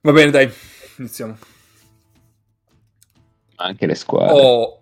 Va bene, dai, iniziamo. Anche le squadre. Oh,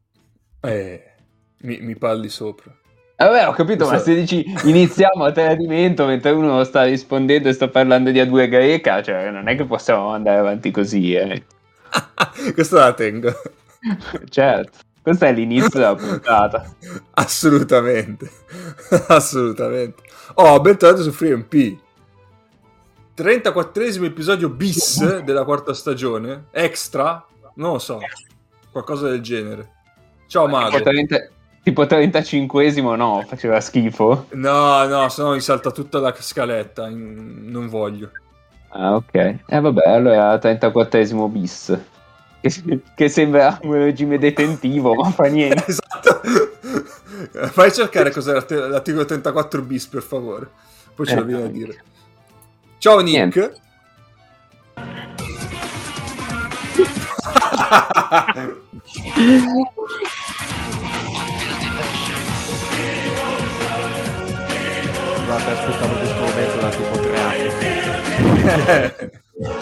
mi parli sopra. Vabbè, ho capito, ma se dici iniziamo a tradimento mentre uno sta rispondendo e sta parlando di A2 greca, cioè non è che possiamo andare avanti così, Questa la tengo. Certo, questo è l'inizio della puntata. Assolutamente. Assolutamente. Oh, bentornato su FreeMP. 34esimo episodio bis della quarta stagione. Extra? Non lo so. Qualcosa del genere. Ciao Mago. Tipo 35esimo no, faceva schifo. No, se no mi salta tutta la scaletta. Non voglio. Ah, ok. Vabbè, allora 34esimo bis. Che sembra un regime detentivo, ma fa niente. Esatto. Fai cercare cos'era l'articolo 34 bis, per favore. Poi ce lo vieni a dire. Ciao Nick. Niente. Guarda, aspettavo questo momento da tipo 3 anni.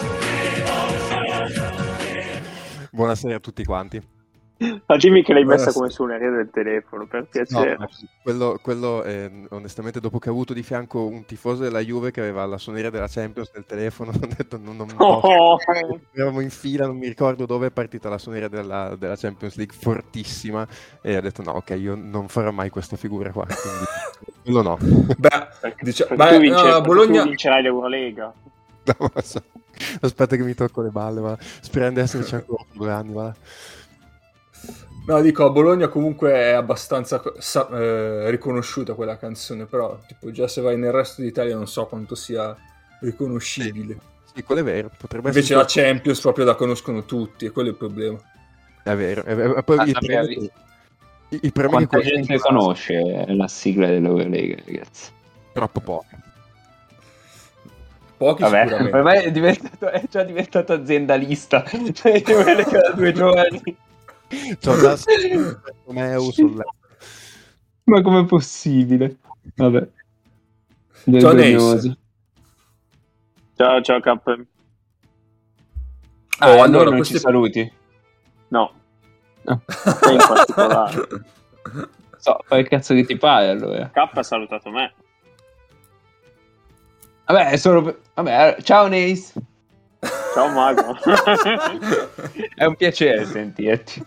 Buonasera a tutti quanti. Ma dimmi che l'hai messa come suoneria del telefono, per piacere. No, quello onestamente, dopo che ho avuto di fianco un tifoso della Juve che aveva la suoneria della Champions nel telefono, ho detto non posso. Eravamo in fila, non mi ricordo dove è partita la suoneria della Champions League, fortissima, e ho detto no, ok, io non farò mai questa figura qua, quindi quello no. Bologna... tu vincerai l'Eurolega. No, aspetta che mi tocco le balle, ma sperando di esserci ancora 2 anni, va. No, dico, a Bologna comunque è abbastanza riconosciuta quella canzone, però tipo già se vai nel resto d'Italia non so quanto sia riconoscibile. Sì, quello è vero. Potrebbe invece la Champions proprio la conoscono tutti, e quello è il problema. È vero. Poi il problema quanta gente conosce la sigla dell'Eurolega, ragazzi? Troppo poco. Pochi. Vabbè, sicuramente. per me è già diventato aziendalista. Cioè, quelle che da 2 giorni. C'ho già Ma com'è possibile? Vabbè. Ciao Nace. Ciao Cap. Allora non ci saluti? No. Sei in particolare. Fai il cazzo che ti pare allora. Cap ha salutato me. Vabbè, ciao Nace. Ciao Mago. È un piacere sentirti.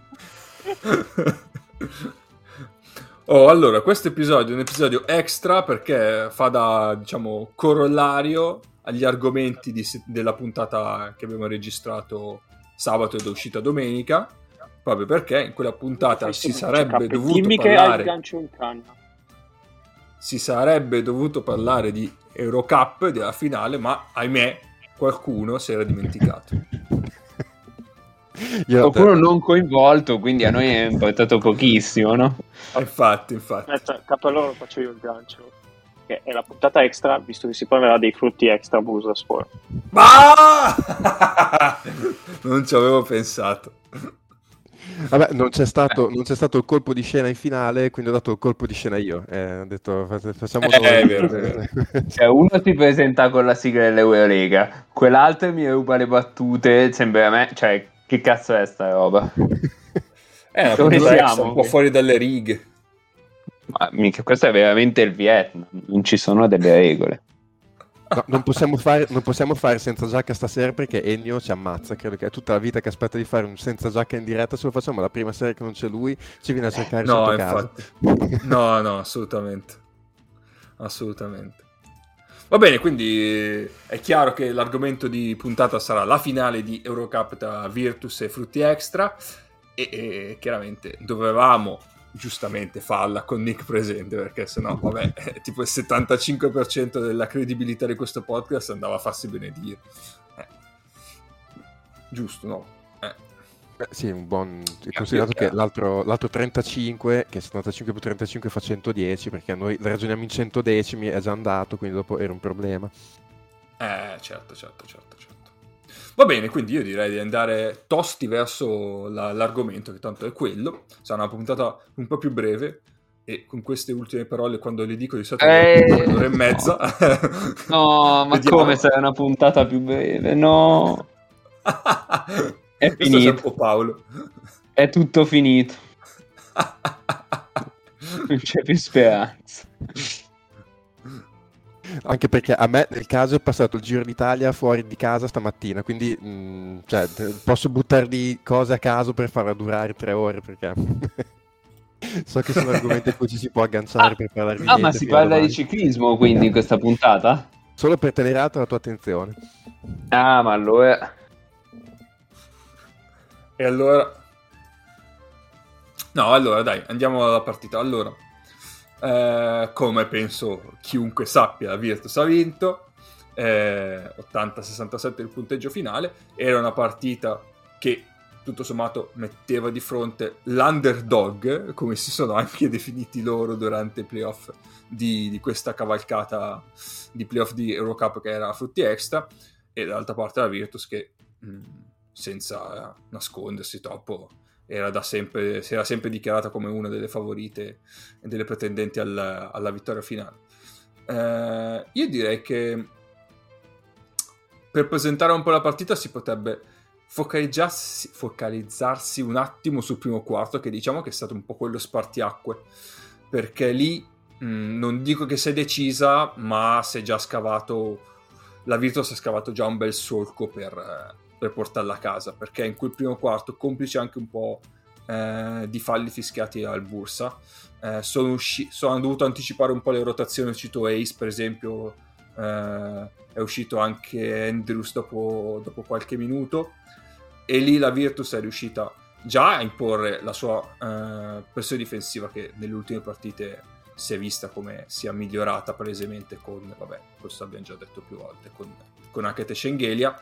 Allora, questo episodio è un episodio extra perché fa da, diciamo, corollario agli argomenti della puntata che abbiamo registrato sabato ed è uscita domenica, proprio perché in quella puntata si sarebbe dovuto parlare di Eurocup, della finale, ma ahimè qualcuno si era dimenticato. Qualcuno non coinvolto, quindi a noi è importato pochissimo, no? Infatti. Cap, allora faccio io il gancio, che è la puntata extra, visto che si parlerà dei frutti extra Bursaspor. Non ci avevo pensato. Vabbè, non c'è stato il colpo di scena in finale, quindi ho dato il colpo di scena io. Ho detto facciamo noi. È vero. Cioè, uno si presenta con la sigla dell'Eurolega, quell'altro mi ruba le battute, sembra a me, cioè, che cazzo è sta roba? Dove siamo? Un po' fuori dalle righe. Ma mica, questo è veramente il Vietnam, non ci sono delle regole. No, non possiamo fare senza giacca stasera perché Ennio ci ammazza. Credo che è tutta la vita che aspetta di fare un senza giacca in diretta. Se lo facciamo la prima sera che non c'è lui, ci viene a cercare sotto casa. No, assolutamente. Va bene, quindi è chiaro che l'argomento di puntata sarà la finale di Eurocup tra Virtus e Frutti Extra e chiaramente dovevamo giustamente farla con Nick presente, perché sennò vabbè, tipo il 75% della credibilità di questo podcast andava a farsi benedire. Giusto, no? Sì, un buon. Considerato che l'altro 35, che 75 più 35 fa 110, perché a noi ragioniamo in 110, è già andato, quindi dopo era un problema. Certo. Va bene, quindi io direi di andare tosti verso l'argomento, che tanto è quello. Sarà una puntata un po' più breve. E con queste ultime parole, quando le dico di solito un'ora e mezza. No, ma Vediamo. come sarà una puntata più breve? No. È Questo finito. è un po' Paolo. È tutto finito. Non c'è più speranza. Anche perché a me nel caso è passato il Giro d'Italia fuori di casa stamattina, quindi cioè, posso buttare lì cose a caso per farla durare 3 ore, perché so che sono argomenti a cui ci si può agganciare per parlare di niente. Ma si fino a parla di domani. ciclismo quindi in questa puntata? Solo per tenere alta la tua attenzione. Ah, ma allora... E allora... No, allora dai, andiamo alla partita. Allora, come penso chiunque sappia, la Virtus ha vinto, 80-67 il punteggio finale. Era una partita che tutto sommato metteva di fronte l'underdog, come si sono anche definiti loro durante i playoff di questa cavalcata di playoff di Eurocup, che era Frutti Extra, e dall'altra parte la Virtus che senza nascondersi troppo si era sempre dichiarata come una delle favorite e delle pretendenti alla vittoria finale. Io direi che per presentare un po' la partita si potrebbe focalizzarsi un attimo sul primo quarto, che diciamo che è stato un po' quello spartiacque, perché lì non dico che si è decisa, ma si è già scavato, la Virtus ha scavato già un bel solco per portarla a casa, perché in quel primo quarto, complice anche un po' di falli fischiati al Bursa, sono dovuto anticipare un po' le rotazioni. Cito Ace per esempio, è uscito anche Andrews dopo qualche minuto, e lì la Virtus è riuscita già a imporre la sua pressione difensiva, che nelle ultime partite si è vista come sia migliorata palesemente con, questo abbiamo già detto più volte, con Akete Schengelia,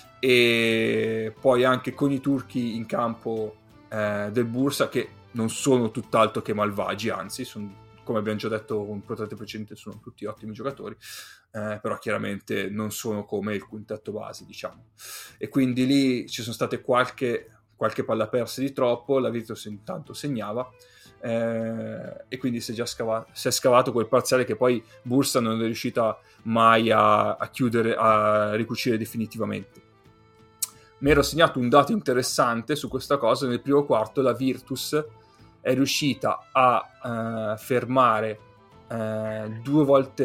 e poi anche con i turchi in campo del Bursa, che non sono tutt'altro che malvagi, anzi come abbiamo già detto con puntate precedenti, sono tutti ottimi giocatori, però chiaramente non sono come il quintetto base, diciamo, e quindi lì ci sono state qualche palla persa di troppo. La Virtus intanto segnava, e quindi si è scavato quel parziale che poi Bursa non è riuscita mai a chiudere, a ricucire definitivamente. Mi ero segnato un dato interessante su questa cosa: nel primo quarto la Virtus è riuscita a fermare per 2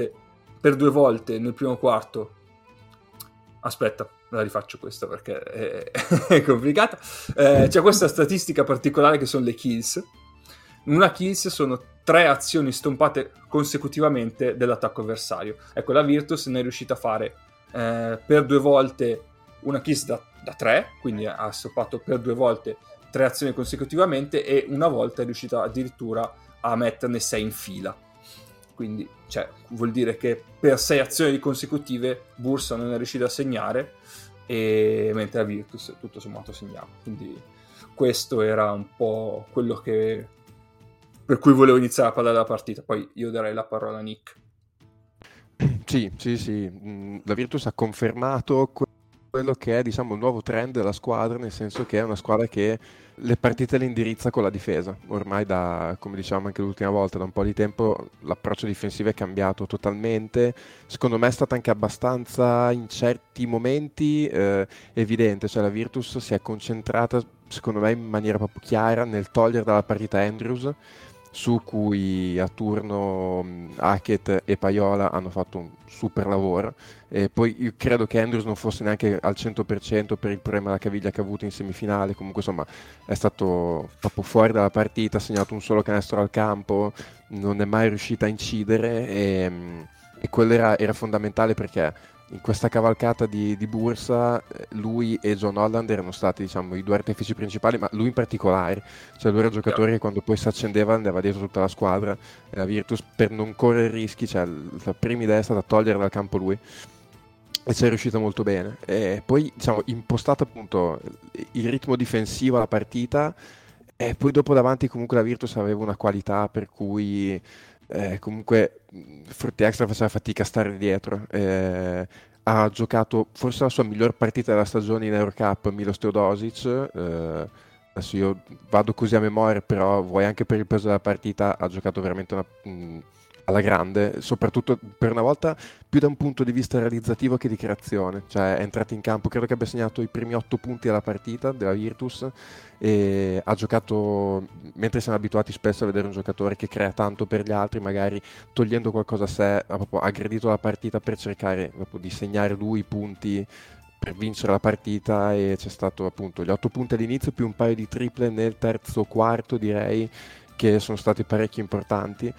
volte nel primo quarto. Aspetta, la rifaccio questa perché è complicata. C'è questa statistica particolare che sono le kills. Una kills sono 3 azioni stompate consecutivamente dell'attacco avversario. Ecco, la Virtus ne è riuscita a fare per 2 volte una kills da 3, quindi ha stoppato per 2 volte 3 azioni consecutivamente, e una volta è riuscita addirittura a metterne 6 in fila. Quindi vuol dire che per 6 azioni consecutive Bursa non è riuscita a segnare, e mentre la Virtus tutto sommato segnava. Quindi questo era un po' quello per cui volevo iniziare a parlare della partita. Poi io darei la parola a Nick. Sì. La Virtus ha confermato quello che è, diciamo, il nuovo trend della squadra, nel senso che è una squadra che le partite le indirizza con la difesa. Ormai come diciamo anche l'ultima volta, da un po' di tempo l'approccio difensivo è cambiato totalmente. Secondo me è stata anche abbastanza, in certi momenti, evidente. Cioè la Virtus si è concentrata, secondo me, in maniera proprio chiara nel togliere dalla partita Andrews, su cui a turno Hackett e Paiola hanno fatto un super lavoro. E poi io credo che Andrews non fosse neanche al 100% per il problema della caviglia che ha avuto in semifinale. Comunque insomma è stato proprio fuori dalla partita, ha segnato un solo canestro al campo, non è mai riuscita a incidere, e quello era fondamentale, perché in questa cavalcata di Bursa lui e John Holland erano stati, diciamo, i 2 artefici principali, ma lui in particolare. Cioè lui era un giocatore che quando poi si accendeva andava dietro tutta la squadra, e la Virtus, per non correre rischi, la prima idea è stata togliere dal campo lui, e ci è riuscita molto bene. E poi, diciamo, impostata appunto il ritmo difensivo alla partita, e poi dopo davanti comunque la Virtus aveva una qualità per cui comunque Frutti Extra faceva fatica a stare dietro. Ha giocato forse la sua miglior partita della stagione in Eurocup Milos Teodosic, adesso io vado così a memoria, però vuoi anche per il peso della partita, ha giocato veramente alla grande, soprattutto per una volta più da un punto di vista realizzativo che di creazione, cioè è entrato in campo, credo che abbia segnato i primi 8 punti della partita della Virtus e ha giocato, mentre siamo abituati spesso a vedere un giocatore che crea tanto per gli altri, magari togliendo qualcosa a sé, ha proprio aggredito la partita per cercare proprio di segnare lui i punti per vincere la partita, e c'è stato appunto gli 8 punti all'inizio più un paio di triple nel terzo quarto, direi, che sono stati parecchio importanti.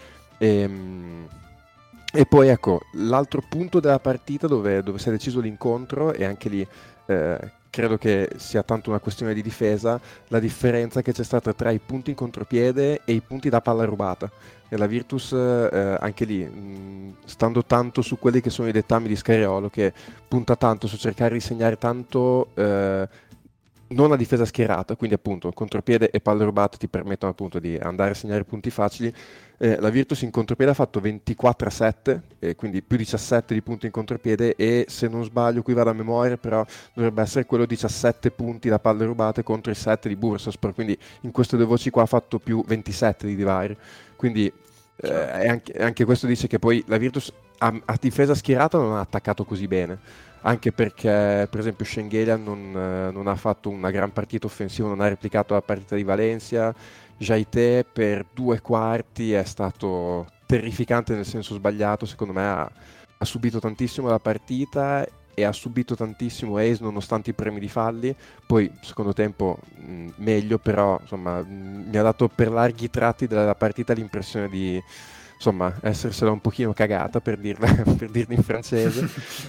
E poi ecco, l'altro punto della partita dove si è deciso l'incontro, e anche lì credo che sia tanto una questione di difesa, la differenza che c'è stata tra i punti in contropiede e i punti da palla rubata. E la Virtus anche lì, stando tanto su quelli che sono i dettami di Scariolo, che punta tanto su cercare di segnare tanto non a difesa schierata, quindi appunto contropiede e palle rubate ti permettono appunto di andare a segnare punti facili. La Virtus in contropiede ha fatto 24-7, quindi più 17 di punti in contropiede, e se non sbaglio, qui vado a memoria, però dovrebbe essere quello 17 punti da palle rubate contro i 7 di Bursaspor, quindi in queste due voci qua ha fatto più 27 di divario, quindi anche questo dice che poi la Virtus a difesa schierata non ha attaccato così bene, anche perché per esempio Schengelia non ha fatto una gran partita offensiva, non ha replicato la partita di Valencia. Jaité per 2 quarti è stato terrificante nel senso sbagliato, secondo me ha subito tantissimo la partita e ha subito tantissimo Ace nonostante i premi di falli. Poi secondo tempo meglio, però insomma mi ha dato per larghi tratti della partita l'impressione di insomma essersela un pochino cagata, per dirla in francese.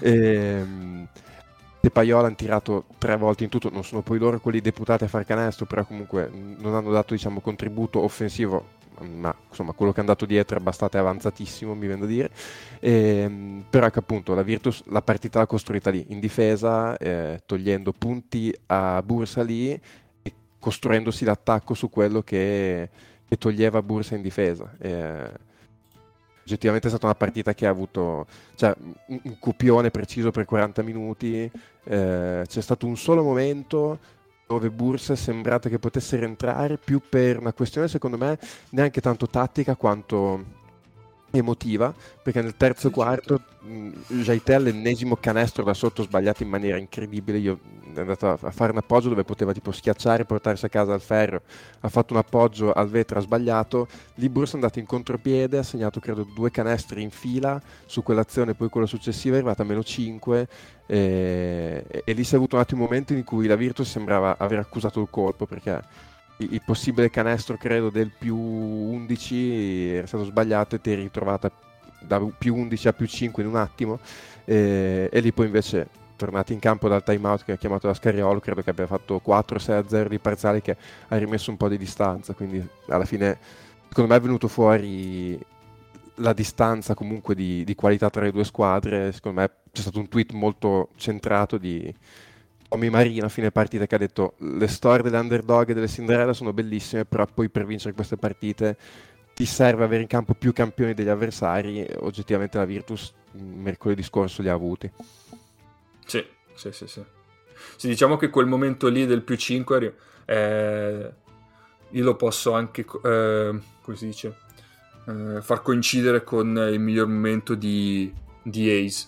De Paiola hanno tirato 3 volte in tutto, non sono poi loro quelli deputati a far canestro, però comunque non hanno dato, diciamo, contributo offensivo, ma insomma quello che è andato dietro è abbastanza avanzatissimo, mi viene da dire. Però ecco appunto la Virtus la partita l'ha costruita lì, in difesa, togliendo punti a Bursa lì e costruendosi l'attacco su quello che toglieva Bursa in difesa. Oggettivamente è stata una partita che ha avuto, cioè, un copione preciso per 40 minuti. C'è stato un solo momento dove Bursa è sembrato che potesse rientrare, più per una questione secondo me neanche tanto tattica quanto emotiva, perché nel terzo quarto Jaité, l'ennesimo canestro da sotto sbagliato in maniera incredibile. Io è andato a fare un appoggio dove poteva tipo schiacciare e portarsi a casa al ferro, ha fatto un appoggio al vetro, ha sbagliato. Lì Bursa è andato in contropiede, ha segnato credo 2 canestri in fila su quell'azione, poi quella successiva è arrivata a -5 e lì si è avuto un attimo un momento in cui la Virtus sembrava aver accusato il colpo, perché il possibile canestro credo del più 11 era stato sbagliato e ti eri ritrovata da più 11 a più 5 in un attimo, e lì poi invece tornati in campo dal time out che ha chiamato da Scariolo, credo che abbia fatto 4-6-0 di parziale, che ha rimesso un po' di distanza, quindi alla fine secondo me è venuto fuori la distanza comunque di qualità tra le due squadre. Secondo me c'è stato un tweet molto centrato di Tommy Marino a fine partita che ha detto: le storie delle underdog e delle Cinderella sono bellissime, però poi per vincere queste partite ti serve avere in campo più campioni degli avversari. Oggettivamente la Virtus mercoledì scorso li ha avuti. Sì. Sì, diciamo che quel momento lì del più 5 io lo posso anche come si dice, far coincidere con il miglior momento di Ace,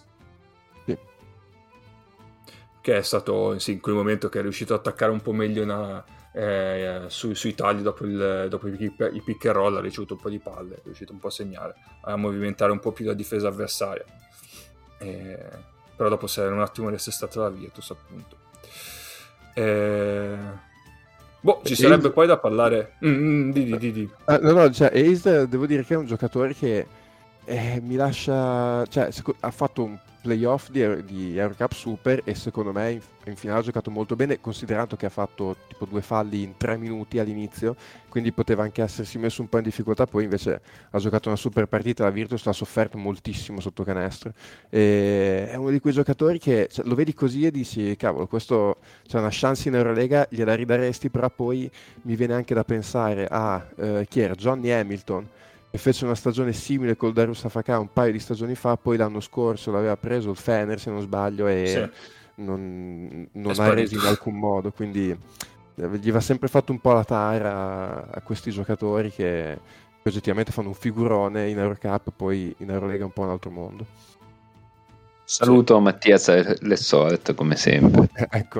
che è stato in quel momento che è riuscito ad attaccare un po' meglio sui tagli dopo i pick and roll, ha ricevuto un po' di palle, è riuscito un po' a segnare, a movimentare un po' più la difesa avversaria, però dopo si è un attimo riassestata la Virtus, appunto. Ci sarebbe poi da parlare No, cioè Ace devo dire che è un giocatore che mi lascia, cioè ha fatto un playoff di Eurocup Super e secondo me in finale ha giocato molto bene, considerato che ha fatto tipo 2 falli in 3 minuti all'inizio, quindi poteva anche essersi messo un po' in difficoltà. Poi invece ha giocato una super partita, la Virtus ha sofferto moltissimo sotto canestro, e è uno di quei giocatori che lo vedi così e dici cavolo, questo c'è una chance in Eurolega, gliela ridaresti, però poi mi viene anche da pensare a chi era, Johnny Hamilton, e fece una stagione simile col Darussafaka un paio di stagioni fa, poi l'anno scorso l'aveva preso il Fener se non sbaglio e non ha reso in alcun modo, quindi gli va sempre fatto un po' la tara a questi giocatori che oggettivamente fanno un figurone in Eurocup, poi in Eurolega un po' un altro mondo. Saluto Mattias Lessoret come sempre. Ecco.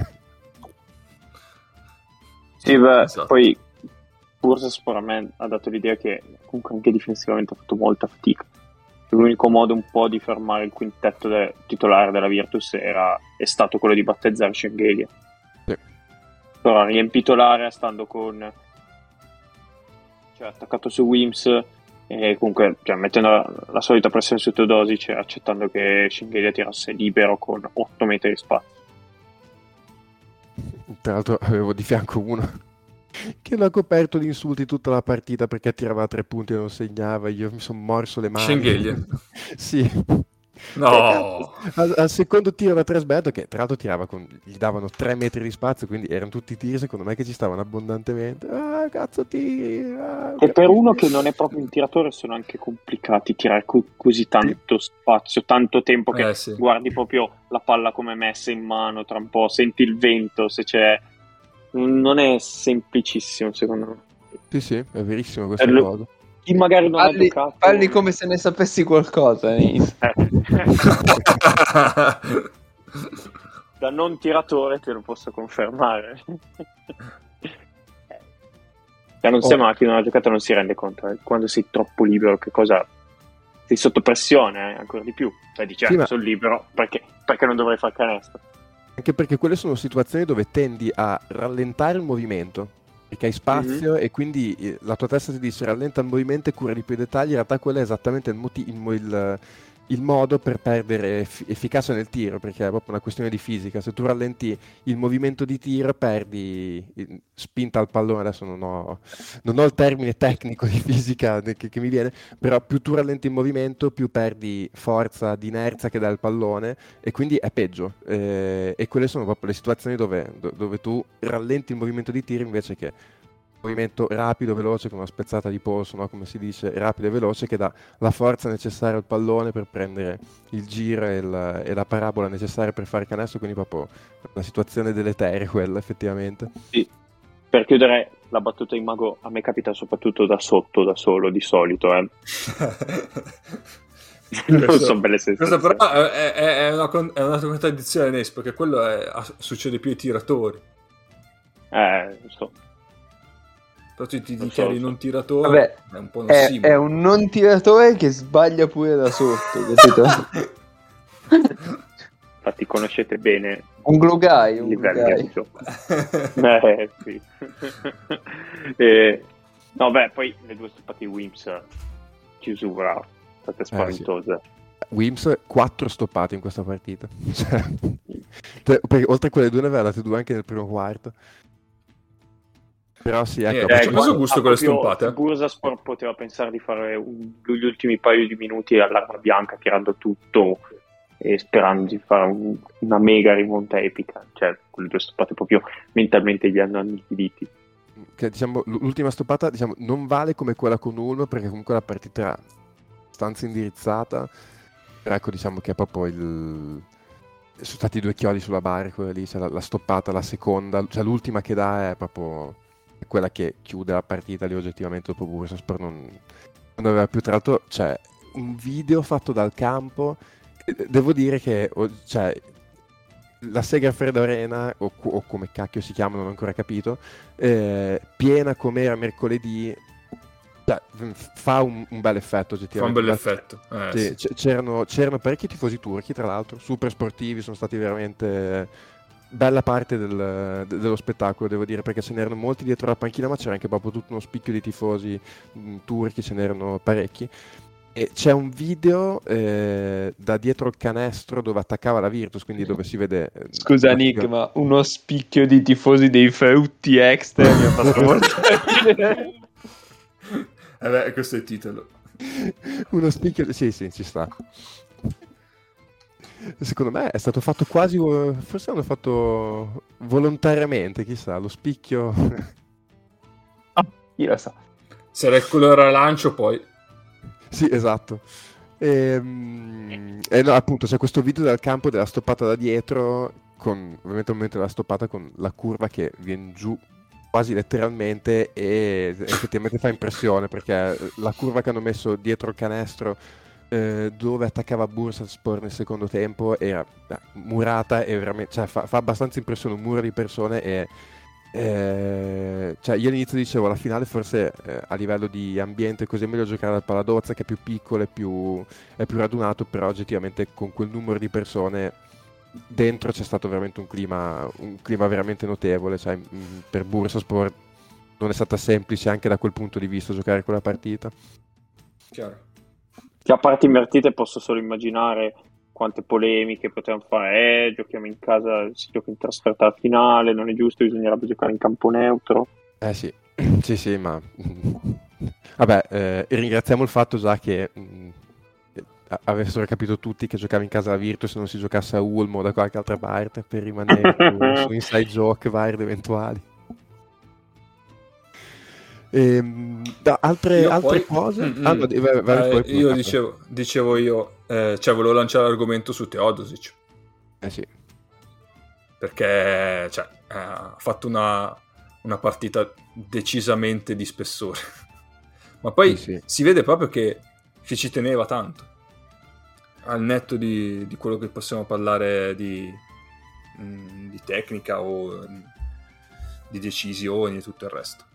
Sì, beh, Esatto. poi Bursaspor a me ha dato l'idea che comunque anche difensivamente ha fatto molta fatica. L'unico modo un po' di fermare il quintetto titolare della Virtus è stato quello di battezzare Schengelia. Sì. Però ha riempito l'area stando attaccato su Wims e comunque mettendo la solita pressione su Teodosic, accettando che Schengelia tirasse libero con 8 metri di spazio. Tra l'altro avevo di fianco uno che l'ha coperto di insulti tutta la partita perché tirava 3 punti e non segnava. Io mi sono morso le mani. Schengelia? Sì. No! Al secondo tiro da 3 sbagliato, che tra l'altro tirava gli davano 3 metri di spazio, quindi erano tutti tiri secondo me che ci stavano abbondantemente. Ah, cazzo tiri! E per uno che non è proprio un tiratore sono anche complicati tirare così tanto spazio, tanto tempo che Sì. guardi proprio la palla come messa in mano, tra un po' senti il vento se c'è. Non è semplicissimo secondo me. Sì, è verissimo questa cosa. Chi magari non ha giocato... Parli come se ne sapessi qualcosa. Da non tiratore te lo posso confermare. Chi non ha giocato non si rende conto quando sei troppo libero che cosa sei sotto pressione ancora di più, dici Sì, ma... sono libero perché non dovrei far canestro, anche perché quelle sono situazioni dove tendi a rallentare il movimento perché hai spazio e quindi la tua testa ti dice rallenta il movimento e cura di più i dettagli. In realtà quello è esattamente il modo per perdere efficacia nel tiro, perché è proprio una questione di fisica. Se tu rallenti il movimento di tiro perdi spinta al pallone. Adesso non ho il termine tecnico di fisica che mi viene, però più tu rallenti il movimento più perdi forza di inerzia che dà il pallone e quindi è peggio, e quelle sono proprio le situazioni dove tu rallenti il movimento di tiro invece che movimento rapido, veloce, con una spezzata di polso, no? Come si dice, rapido e veloce, che dà la forza necessaria al pallone per prendere il giro e la parabola necessaria per fare canestro, quindi proprio una situazione deleteria quella, effettivamente. Sì. Per chiudere la battuta in mago, a me capita soprattutto da sotto, da solo, di solito. Non sono belle sensazioni. Questo però è una contraddizione, Nes, perché quello succede più ai tiratori. Non so. Però tu ti dichiari non tiratore. Vabbè, è un po' è un non tiratore che sbaglia pure da sotto, capito? Infatti conoscete bene un glue guy, il livello di gioco. Sì. No, beh, poi le 2 stoppate di Wims, chiusura, state spaventose. Sì. Wims 4 stoppate in questa partita. Perché oltre a quelle 2 ne aveva date 2 anche nel primo quarto. Però sì, ecco, c'è preso gusto con le stoppate. Bursaspor poteva pensare di fare gli ultimi paio di minuti all'arma bianca tirando tutto e sperando di fare una mega rimonta epica. Cioè, quelle 2 stoppate proprio mentalmente gli hanno annichiliti. Che, diciamo, l'ultima stoppata, diciamo, non vale come quella con Ulm, perché comunque la partita era abbastanza indirizzata. Però ecco, diciamo che è proprio sono stati 2 chiodi sulla barra, quella lì, cioè la stoppata, la seconda, cioè l'ultima che dà è proprio quella che chiude la partita lì oggettivamente. Dopo Bursaspor non aveva più. Tra l'altro c'è un video fatto dal campo, devo dire che la Segerfred Arena o come cacchio si chiama, non ho ancora capito, piena come era mercoledì, fa un bel effetto oggettivamente. Fa un bel effetto. Sì. C'erano parecchi tifosi turchi, tra l'altro, super sportivi, sono stati veramente bella parte dello spettacolo, devo dire, perché ce n'erano molti dietro la panchina, ma c'era anche proprio tutto uno spicchio di tifosi turchi, ce n'erano parecchi. E c'è un video da dietro il canestro dove attaccava la Virtus, quindi dove si vede... Scusa Nick, ma uno spicchio di tifosi dei Frutti Extra mi ha fatto molto ridere. Questo è il titolo. Uno spicchio... Sì, ci sta. Secondo me è stato fatto quasi... Forse l'hanno fatto volontariamente, chissà, lo spicchio... Io lo so. Sarà il colore a lancio poi. Sì, esatto. E no, appunto c'è questo video dal campo della stoppata da dietro con ovviamente al momento della stoppata con la curva che viene giù quasi letteralmente, e effettivamente fa impressione, perché la curva che hanno messo dietro il canestro dove attaccava Bursaspor nel secondo tempo era murata, e veramente, cioè, fa abbastanza impressione un muro di persone. E cioè io all'inizio dicevo la finale forse a livello di ambiente così è meglio giocare al Paladozza, che è più piccolo, è più radunato, però oggettivamente con quel numero di persone dentro c'è stato veramente un clima veramente notevole, cioè, per Bursaspor non è stata semplice anche da quel punto di vista giocare quella partita. Chiaro. Che a parti invertite posso solo immaginare quante polemiche potevano fare, giochiamo in casa, si gioca in trasferta alla finale, non è giusto, bisognerebbe giocare in campo neutro. Sì, sì, ma vabbè, ringraziamo il fatto già che avessero capito tutti che giocava in casa la Virtus e non si giocasse a Ulm o da qualche altra parte, per rimanere su inside joke vari ed eventuali. Altre cose? No, vai, io dicevo io, cioè volevo lanciare l'argomento su Teodosic. Sì. Perché ha fatto una partita decisamente di spessore. Ma poi sì. Si vede proprio che ci teneva tanto. Al netto di quello che possiamo parlare di tecnica o di decisioni e tutto il resto.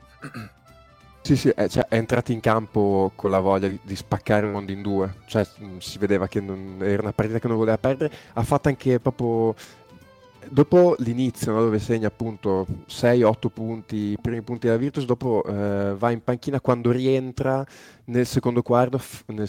Sì, cioè, è entrato in campo con la voglia di spaccare il mondo in due, cioè si vedeva che era una partita che non voleva perdere. Ha fatto anche proprio dopo l'inizio, no, dove segna appunto 6-8 punti, i primi punti della Virtus, dopo va in panchina quando rientra nel secondo quarto,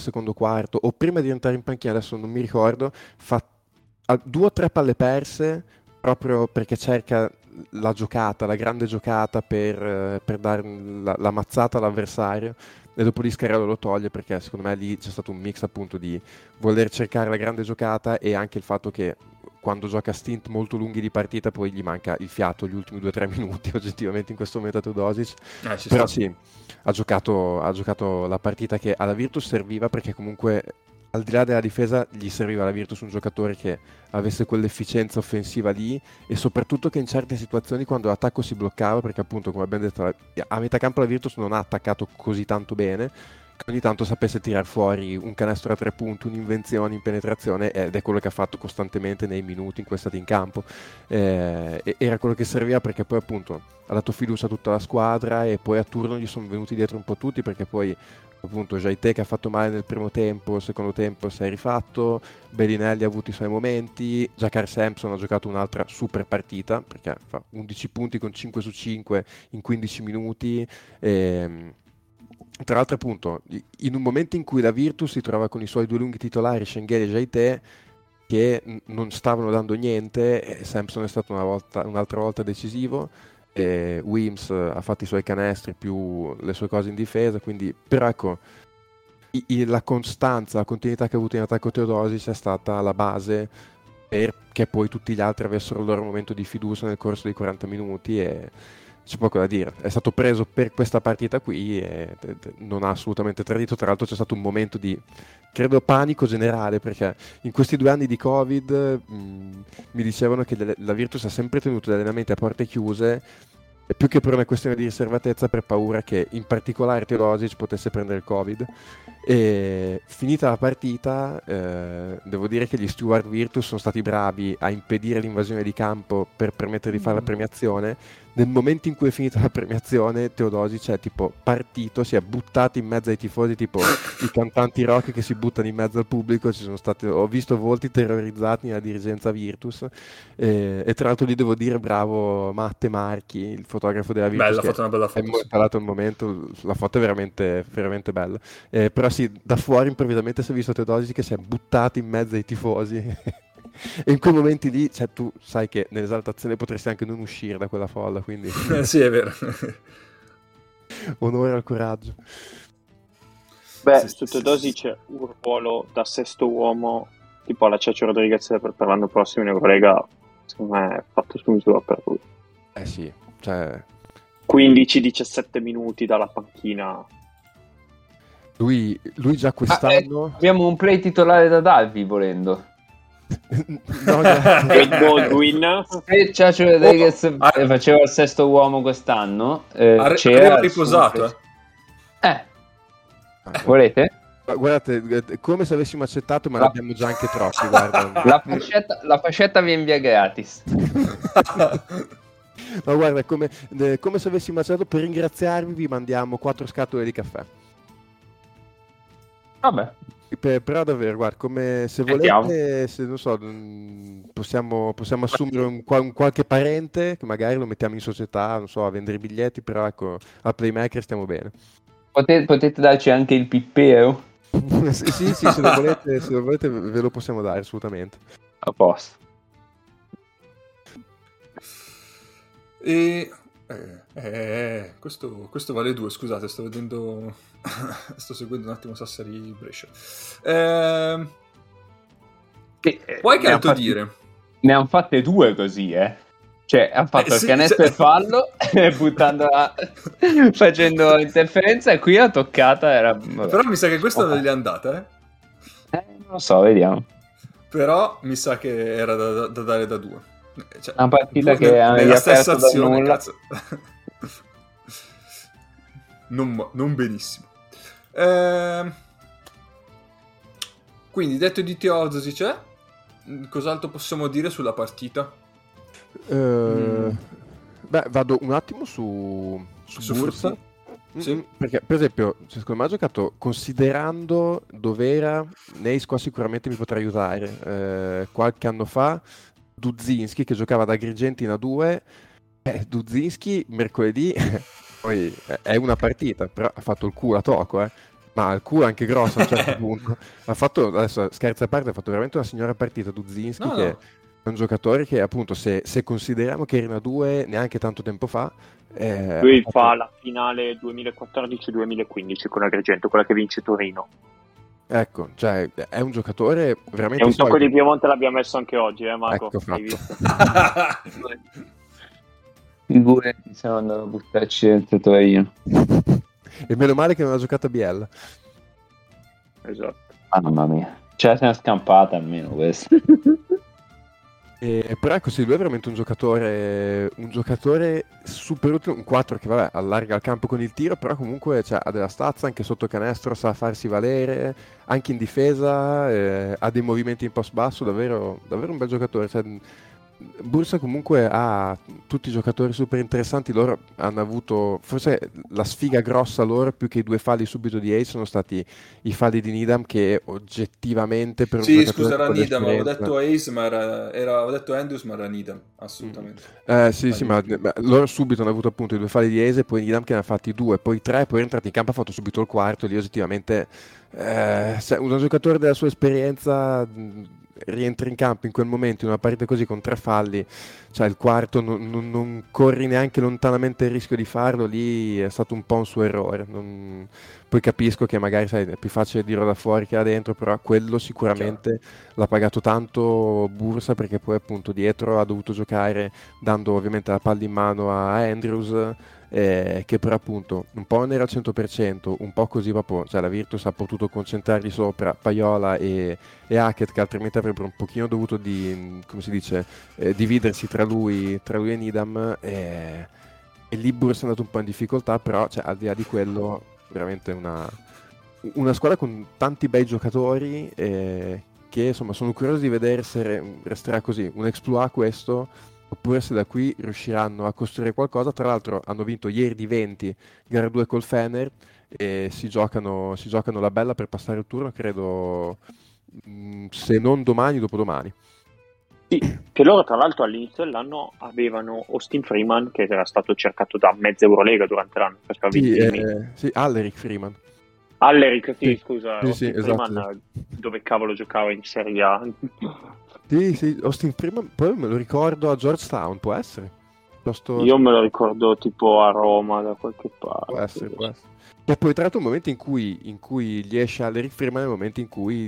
o prima di entrare in panchina, adesso non mi ricordo, ha 2 o 3 palle perse proprio perché cerca la grande giocata per dare la mazzata all'avversario, e dopo di Scarello lo toglie, perché secondo me lì c'è stato un mix appunto di voler cercare la grande giocata e anche il fatto che quando gioca stint molto lunghi di partita poi gli manca il fiato gli ultimi 2-3 minuti oggettivamente in questo momento a Teodosic. Però sì, ha giocato la partita che alla Virtus serviva, perché comunque al di là della difesa gli serviva alla Virtus un giocatore che avesse quell'efficienza offensiva lì, e soprattutto che in certe situazioni quando l'attacco si bloccava, perché appunto come abbiamo detto a metà campo la Virtus non ha attaccato così tanto bene, che ogni tanto sapesse tirar fuori un canestro a 3 punti, un'invenzione in penetrazione, ed è quello che ha fatto costantemente nei minuti in cui è stato in campo. Era quello che serviva, perché poi appunto ha dato fiducia a tutta la squadra, e poi a turno gli sono venuti dietro un po' tutti, perché poi appunto Jaite che ha fatto male nel primo tempo, il secondo tempo si è rifatto, Bellinelli ha avuto i suoi momenti, Jakar Sampson ha giocato un'altra super partita, perché fa 11 punti con 5 su 5 in 15 minuti. Tra l'altro appunto in un momento in cui la Virtus si trova con i suoi 2 lunghi titolari, Schengen e Jaite, che non stavano dando niente, Sampson è stato un'altra volta decisivo, Wims ha fatto i suoi canestri più le sue cose in difesa, quindi però ecco la costanza, la continuità che ha avuto in attacco Teodosic è stata la base perché poi tutti gli altri avessero il loro momento di fiducia nel corso dei 40 minuti, e c'è poco da dire. È stato preso per questa partita qui e non ha assolutamente tradito. Tra l'altro c'è stato un momento di, credo, panico generale, perché in questi 2 anni di Covid mi dicevano che la Virtus ha sempre tenuto gli allenamenti a porte chiuse, più che per una questione di riservatezza, per paura che in particolare Teodosic potesse prendere il Covid. E finita la partita devo dire che gli steward Virtus sono stati bravi a impedire l'invasione di campo per permettere di fare la premiazione. Nel momento in cui è finita la premiazione, Teodosic è tipo partito, si è buttato in mezzo ai tifosi, tipo i cantanti rock che si buttano in mezzo al pubblico. Ho visto volti terrorizzati nella dirigenza Virtus, e tra l'altro gli devo dire bravo Matte Marchi, il fotografo della Virtus, ha fatto una bella foto, è immortalato il momento. La foto è veramente, veramente bella, però sì, da fuori improvvisamente si è visto Teodosic che si è buttato in mezzo ai tifosi e in quei momenti lì, cioè, tu sai che nell'esaltazione potresti anche non uscire da quella folla, quindi sì, è vero. Onore al coraggio. Beh, su Teodosic un ruolo da sesto uomo tipo alla Ceccio Rodriguez per l'anno prossimo in Eurolega, secondo me è fatto su misura per lui. Sì, cioè 15-17 minuti dalla panchina. Lui già quest'anno abbiamo un play titolare da darvi volendo. No, Godwin. Ciacio Rodriguez faceva il sesto uomo quest'anno. Aveva riposato. Volete? Guardate, come se avessimo accettato, ma ne abbiamo già anche troppi. Guarda. La fascetta viene via gratis. No, guarda, come se avessimo accettato, per ringraziarvi vi mandiamo 4 scatole di caffè. Vabbè. Però davvero, guarda, come se volete, se non so, possiamo assumere un qualche parente che magari lo mettiamo in società, non so, a vendere i biglietti, però ecco, a Playmaker stiamo bene. Potete darci anche il pippero? sì, se lo volete ve lo possiamo dare assolutamente. A posto. E questo vale 2, scusate, sto seguendo un attimo Sassari Brescia. Puoi che altro dire? Ne hanno fatte 2 così, Cioè, ha fatto il canestro e fallo buttandola, facendo interferenza, e qui la toccata era... Però mi sa che questa non gli è andata, non lo so, vediamo. Però mi sa che era da dare da 2. Cioè, una partita che nella stessa aperto azione, cazzo. non benissimo. Quindi, detto di Teodosi, cos'altro possiamo dire sulla partita? Beh, vado un attimo su Bursa. Sì. Perché, per esempio, secondo me ha giocato, considerando dove era, Neis qua sicuramente mi potrà aiutare. Qualche anno fa Dudzinski che giocava da Agrigenti in A2, Dudzinski mercoledì poi è una partita, però ha fatto il culo a Toco, ma il culo anche grosso a un certo punto. Ha fatto, adesso scherzi a parte, ha fatto veramente una signora partita Dudzinski, che è un giocatore che appunto se consideriamo che era in A2 neanche tanto tempo fa, lui fa la finale 2014-2015 con Agrigento, quella che vince Torino. Ecco, cioè è un giocatore veramente... E un tocco di Piemonte l'abbiamo messo anche oggi, Marco? Ecco, fatto. Figurati, stiamo andando a buttarci dentro Torino. E meno male che non ha giocato a Biella. Esatto. Mamma mia. Ce la siamo scampata almeno questo. Però ecco, sì, lui è veramente un giocatore super utile, un 4 che vabbè allarga il campo con il tiro, però comunque ha della stazza, anche sotto canestro sa farsi valere, anche in difesa, ha dei movimenti in post basso, davvero, davvero un bel giocatore. Bursa comunque ha tutti i giocatori super interessanti. Loro hanno avuto forse la sfiga grossa loro, più che i 2 falli subito di Ace, sono stati i falli di Needham, che oggettivamente per un giocatore... Sì, scusa, era Needham, avevo detto Ace, ma avevo detto Andrews, ma era Needham, assolutamente. Sì, ma loro subito hanno avuto appunto i 2 falli di Ace, poi Needham che ne ha fatti 2, poi 3, poi è entrato in campo, ha fatto subito il quarto. Lì oggettivamente un giocatore della sua esperienza rientra in campo in quel momento in una partita così con 3 falli, cioè il quarto non corri neanche lontanamente il rischio di farlo. Lì è stato un po' un suo errore. Poi capisco che magari è più facile dirlo da fuori che da dentro, però quello sicuramente l'ha pagato tanto Bursa, perché poi appunto dietro ha dovuto giocare dando ovviamente la palla in mano a Andrews, che però appunto un po' non era al 100%, un po' così proprio, cioè la Virtus ha potuto concentrargli sopra Paiola e Hackett, che altrimenti avrebbero un pochino dovuto dividersi tra lui e Needham, e lì Bursa è andato un po' in difficoltà, però al di là di quello veramente una squadra con tanti bei giocatori, che insomma sono curioso di vedere se resterà così un exploit questo, oppure se da qui riusciranno a costruire qualcosa. Tra l'altro hanno vinto ieri di 20 gara 2 col Fener, e si giocano la bella per passare il turno, credo, se non domani, dopodomani. Sì, che loro tra l'altro all'inizio dell'anno avevano Austin Freeman, che era stato cercato da mezza Eurolega durante l'anno. Aleric Freeman. Aleric, scusa, sì, Austin Freeman, esatto. Dove cavolo giocava in Serie A? Sì, Austin Freeman, poi me lo ricordo a Georgetown, può essere? Io me lo ricordo tipo a Roma, da qualche parte. Può essere. E poi tra l'altro un momento in cui gli esce Aleric Freeman è il momento in cui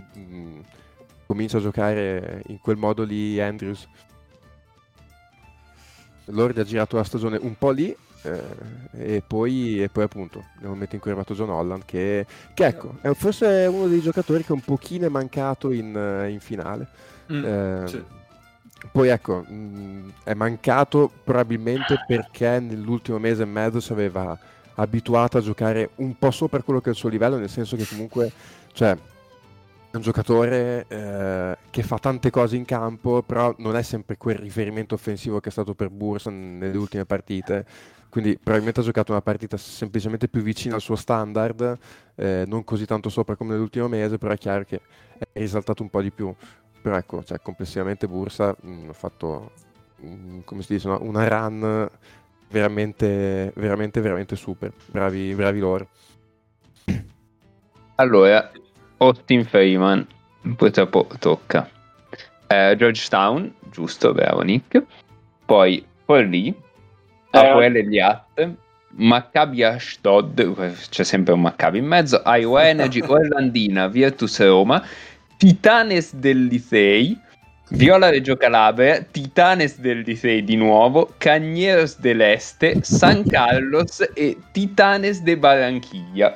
comincia a giocare in quel modo lì Andrews. Lord ha girato la stagione un po' lì, e poi appunto nel momento in cui è arrivato John Holland, che ecco, è forse uno dei giocatori che un pochino è mancato in finale. Sì. Poi ecco, è mancato probabilmente perché nell'ultimo mese e mezzo si aveva abituato a giocare un po' sopra quello che è il suo livello, nel senso che comunque, cioè, è un giocatore che fa tante cose in campo, però non è sempre quel riferimento offensivo che è stato per Bursa nelle ultime partite, quindi probabilmente ha giocato una partita semplicemente più vicina al suo standard, non così tanto sopra come nell'ultimo mese, però è chiaro che è risaltato un po' di più. Però ecco, cioè, complessivamente Bursa ha fatto, come si dice, no? Una run veramente, veramente, veramente super. Bravi loro. Allora, Austin Freeman, purtroppo tocca. Georgetown, giusto, bravo Nick. Poi Forlì, Apoel Eliat, Maccabi Ashdod, c'è sempre un Maccabi in mezzo, Iowa Energy, Orlandina, Virtus Roma, Titanes del Licei, Viola Reggio Calabria, Titanes del Licei di nuovo, Cañeros dell'Este, San Carlos e Titanes de Barranquilla.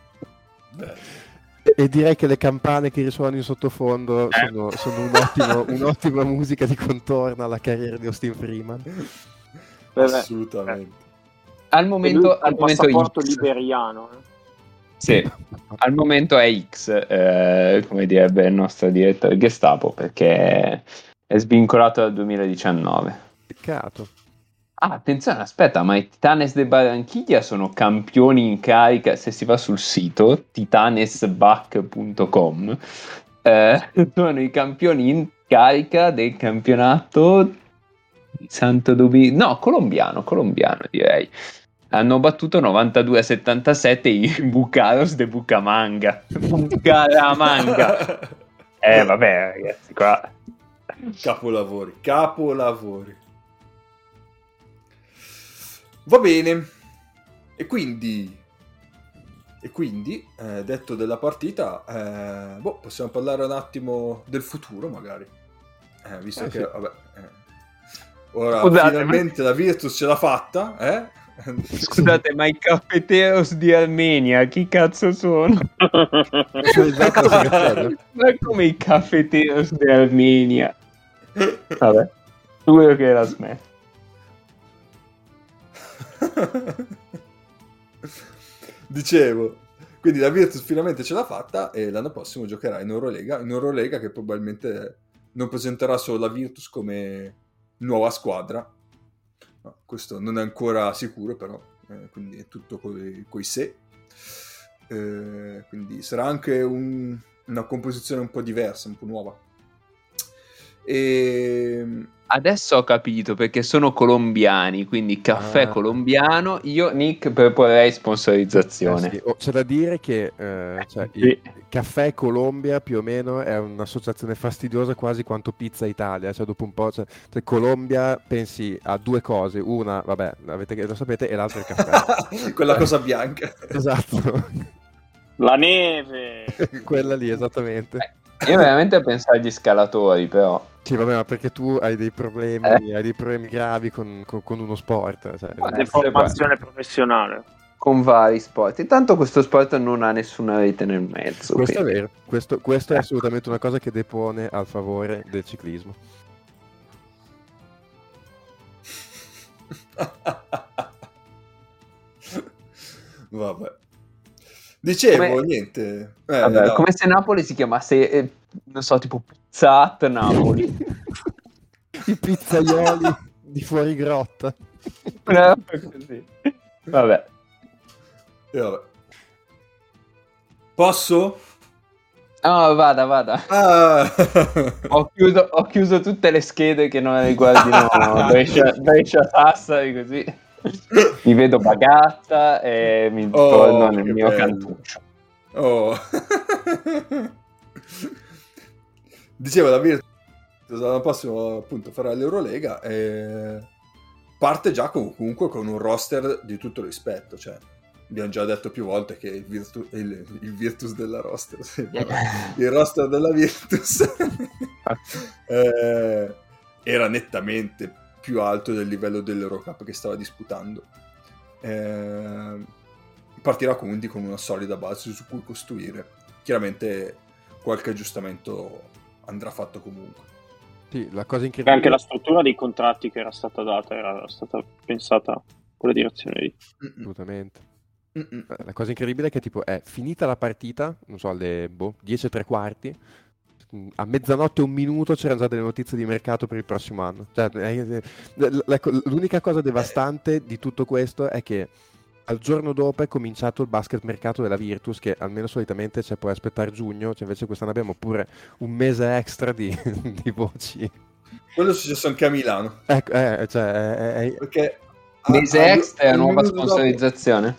E direi che le campane che risuonano in sottofondo sono un'ottima musica di contorno alla carriera di Austin Freeman. Assolutamente. Al momento passaporto X. liberiano. Sì, al momento è X, come direbbe il nostro direttore Gestapo, perché è svincolato dal 2019. Peccato. Ah, attenzione, aspetta, ma i Titanes de Barranquilla sono campioni in carica, se si va sul sito titanesback.com, sono i campioni in carica del campionato di Santo Domingo, no, colombiano direi. Hanno battuto 92-77 i Bucaros de Bucaramanga. Bucaramanga. Vabbè, ragazzi, qua. Capolavori. Va bene. E quindi detto della partita, possiamo parlare un attimo del futuro, magari. Visto che, sì. vabbè, ora Scusate, finalmente la Virtus ce l'ha fatta, Scusate, ma i Cafeteros di Armenia chi cazzo sono? Ma come i Cafeteros di Armenia? Vabbè, sicuro che era smesso. Dicevo, quindi la Virtus finalmente ce l'ha fatta e l'anno prossimo giocherà in Eurolega che probabilmente non presenterà solo la Virtus come nuova squadra. No, questo non è ancora sicuro, però quindi è tutto coi se. Quindi sarà anche una composizione un po' diversa, un po' nuova. Adesso ho capito perché sono colombiani, quindi caffè colombiano. Io, Nick, proporrei sponsorizzazione. Sì. C'è da dire che Sì. il Caffè Colombia più o meno è un'associazione fastidiosa quasi quanto Pizza Italia, cioè dopo un po', cioè Colombia pensi a due cose, una, vabbè, lo sapete, e l'altra è il caffè. Quella cosa bianca. Esatto. La neve. Quella lì, esattamente. Io veramente penso agli scalatori, però. Sì, vabbè, ma perché tu hai dei problemi gravi con uno sport. Cioè, Deformazione professionale. Con vari sport. Intanto questo sport non ha nessuna rete nel mezzo. Questo quindi. è vero, questo è assolutamente una cosa che depone a favore del ciclismo. Vabbè. Dicevo, niente. Vabbè, come se Napoli si chiamasse, non so, tipo Pizzat Napoli. I pizzaioli di fuori grotta. Così. Vabbè. Vabbè. Posso? No, vada. Ho chiuso tutte le schede che non riguardino Brescia Sassari, così mi vedo Bagatta e mi torno nel mio cantuccio. Dicevo, la Virtus l'anno prossimo appunto farà l'Eurolega e parte già comunque con un roster di tutto rispetto, cioè abbiamo già detto più volte che il Virtus della roster, il roster della Virtus era nettamente più alto del livello dell'Eurocup che stava disputando. Partirà quindi con una solida base su cui costruire. Chiaramente qualche aggiustamento andrà fatto comunque. Sì, la cosa incredibile... Anche la struttura dei contratti che era stata data era stata pensata con la direzione lì. Assolutamente. La cosa incredibile è che tipo è finita la partita, non so, alle 10:03, a mezzanotte e un minuto c'erano già delle notizie di mercato per il prossimo anno. Cioè, l'unica cosa devastante di tutto questo è che al giorno dopo è cominciato il basket mercato della Virtus, che almeno solitamente puoi aspettare giugno, cioè invece quest'anno abbiamo pure un mese extra di voci. Quello è successo anche a Milano. Ecco, perché mese extra è nuova sponsorizzazione.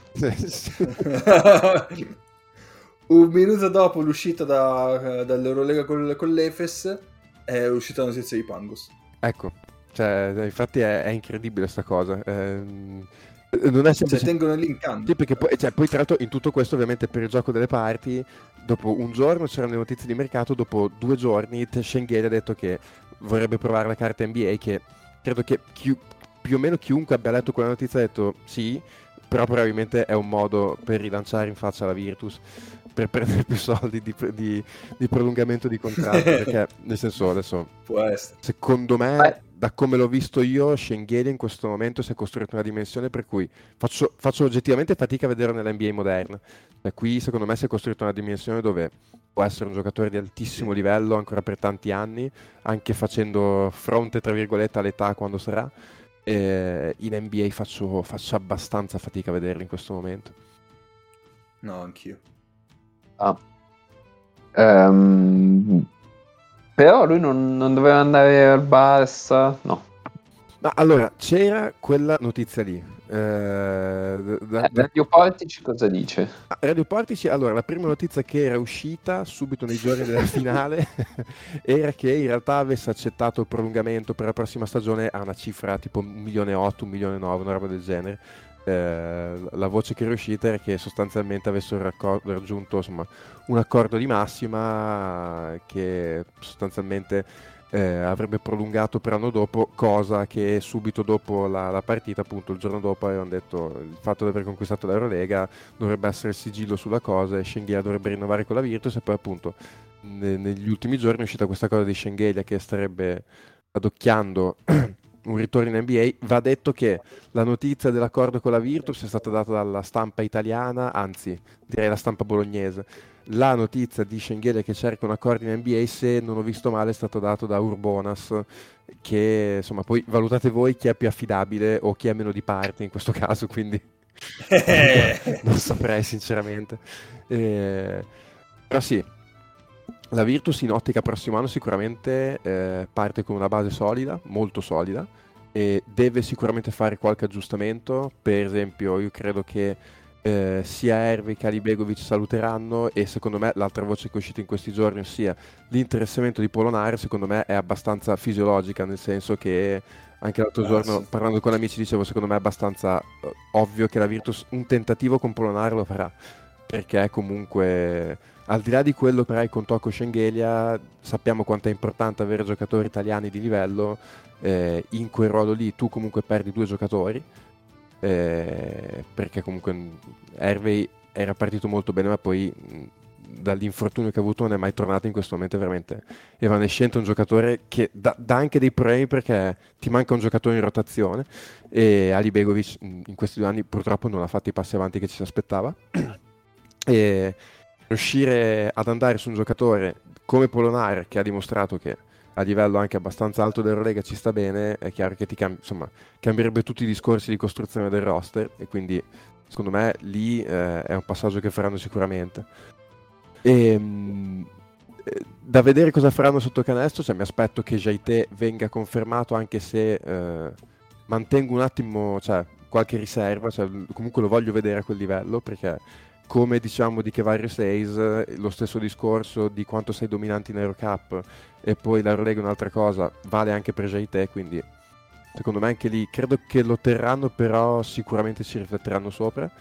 Un minuto dopo l'uscita dall'Eurolega con l'Efes è uscita la notizia di Pangos. Ecco, cioè, infatti è incredibile sta cosa. Non è semplice. Se tengono l'incanto. Sì, perché poi tra l'altro in tutto questo ovviamente per il gioco delle parti, dopo un giorno c'erano le notizie di mercato, dopo 2 giorni Schengelia ha detto che vorrebbe provare la carta NBA, che credo che più o meno chiunque abbia letto quella notizia ha detto sì, però probabilmente è un modo per rilanciare in faccia la Virtus, per prendere più soldi di prolungamento di contratto, perché nel senso adesso può essere. Secondo me, da come l'ho visto io, Schengelia in questo momento si è costruito una dimensione per cui faccio oggettivamente fatica a vederlo nell'NBA moderna. Qui secondo me si è costruita una dimensione dove può essere un giocatore di altissimo livello ancora per tanti anni, anche facendo fronte tra virgolette all'età quando sarà. In NBA faccio abbastanza fatica a vederlo in questo momento. No, anch'io. Però lui non doveva andare al Barça, no. Ma allora, c'era quella notizia lì. Radio Portici cosa dice? Radio Portici, allora, la prima notizia che era uscita subito nei giorni della finale era che in realtà avesse accettato il prolungamento per la prossima stagione a una cifra tipo 1,8 milioni, 1,9 milioni, una roba del genere. La voce che era uscita era che sostanzialmente avessero raggiunto insomma, un accordo di massima che sostanzialmente avrebbe prolungato per l'anno dopo, cosa che subito dopo la partita, appunto il giorno dopo avevano detto il fatto di aver conquistato l'Eurolega dovrebbe essere il sigillo sulla cosa e Schengelia dovrebbe rinnovare con la Virtus, e poi appunto negli ultimi giorni è uscita questa cosa di Schengelia che starebbe adocchiando un ritorno in NBA. Va detto che la notizia dell'accordo con la Virtus è stata data dalla stampa italiana, anzi direi la stampa bolognese. La notizia di Schengelia che cerca un accordo in NBA, se non ho visto male, è stato dato da Urbonas, che insomma poi valutate voi chi è più affidabile o chi è meno di parte in questo caso, quindi non saprei sinceramente. Però sì, la Virtus in ottica prossimo anno sicuramente parte con una base solida, molto solida, e deve sicuramente fare qualche aggiustamento. Per esempio io credo che sia Hervey che Ali Begovic saluteranno, e secondo me l'altra voce che è uscita in questi giorni, ossia l'interessamento di Polonare, secondo me è abbastanza fisiologica, nel senso che anche l'altro giorno parlando con amici dicevo secondo me è abbastanza ovvio che la Virtus un tentativo con Polonare lo farà, perché comunque al di là di quello che hai con Tocco Schengelia sappiamo quanto è importante avere giocatori italiani di livello. In quel ruolo lì tu comunque perdi 2 giocatori, perché comunque Hervey era partito molto bene ma poi dall'infortunio che ha avuto non è mai tornato. In questo momento è veramente evanescente, un giocatore che dà anche dei problemi perché ti manca un giocatore in rotazione, e Ali Begovic in questi 2 anni purtroppo non ha fatto i passi avanti che ci si aspettava e riuscire ad andare su un giocatore come Polonare, che ha dimostrato che a livello anche abbastanza alto dell'Eurolega ci sta bene, è chiaro che cambierebbe tutti i discorsi di costruzione del roster, e quindi secondo me lì è un passaggio che faranno sicuramente. Da vedere cosa faranno sotto canestro, cioè mi aspetto che Jaite venga confermato, anche se mantengo un attimo qualche riserva, comunque lo voglio vedere a quel livello, perché come diciamo di Kevarius Hayes, lo stesso discorso di quanto sei dominante in Eurocup e poi l'Eurolega è un'altra cosa, vale anche per Jaite, quindi secondo me anche lì credo che lo terranno, però sicuramente ci rifletteranno sopra.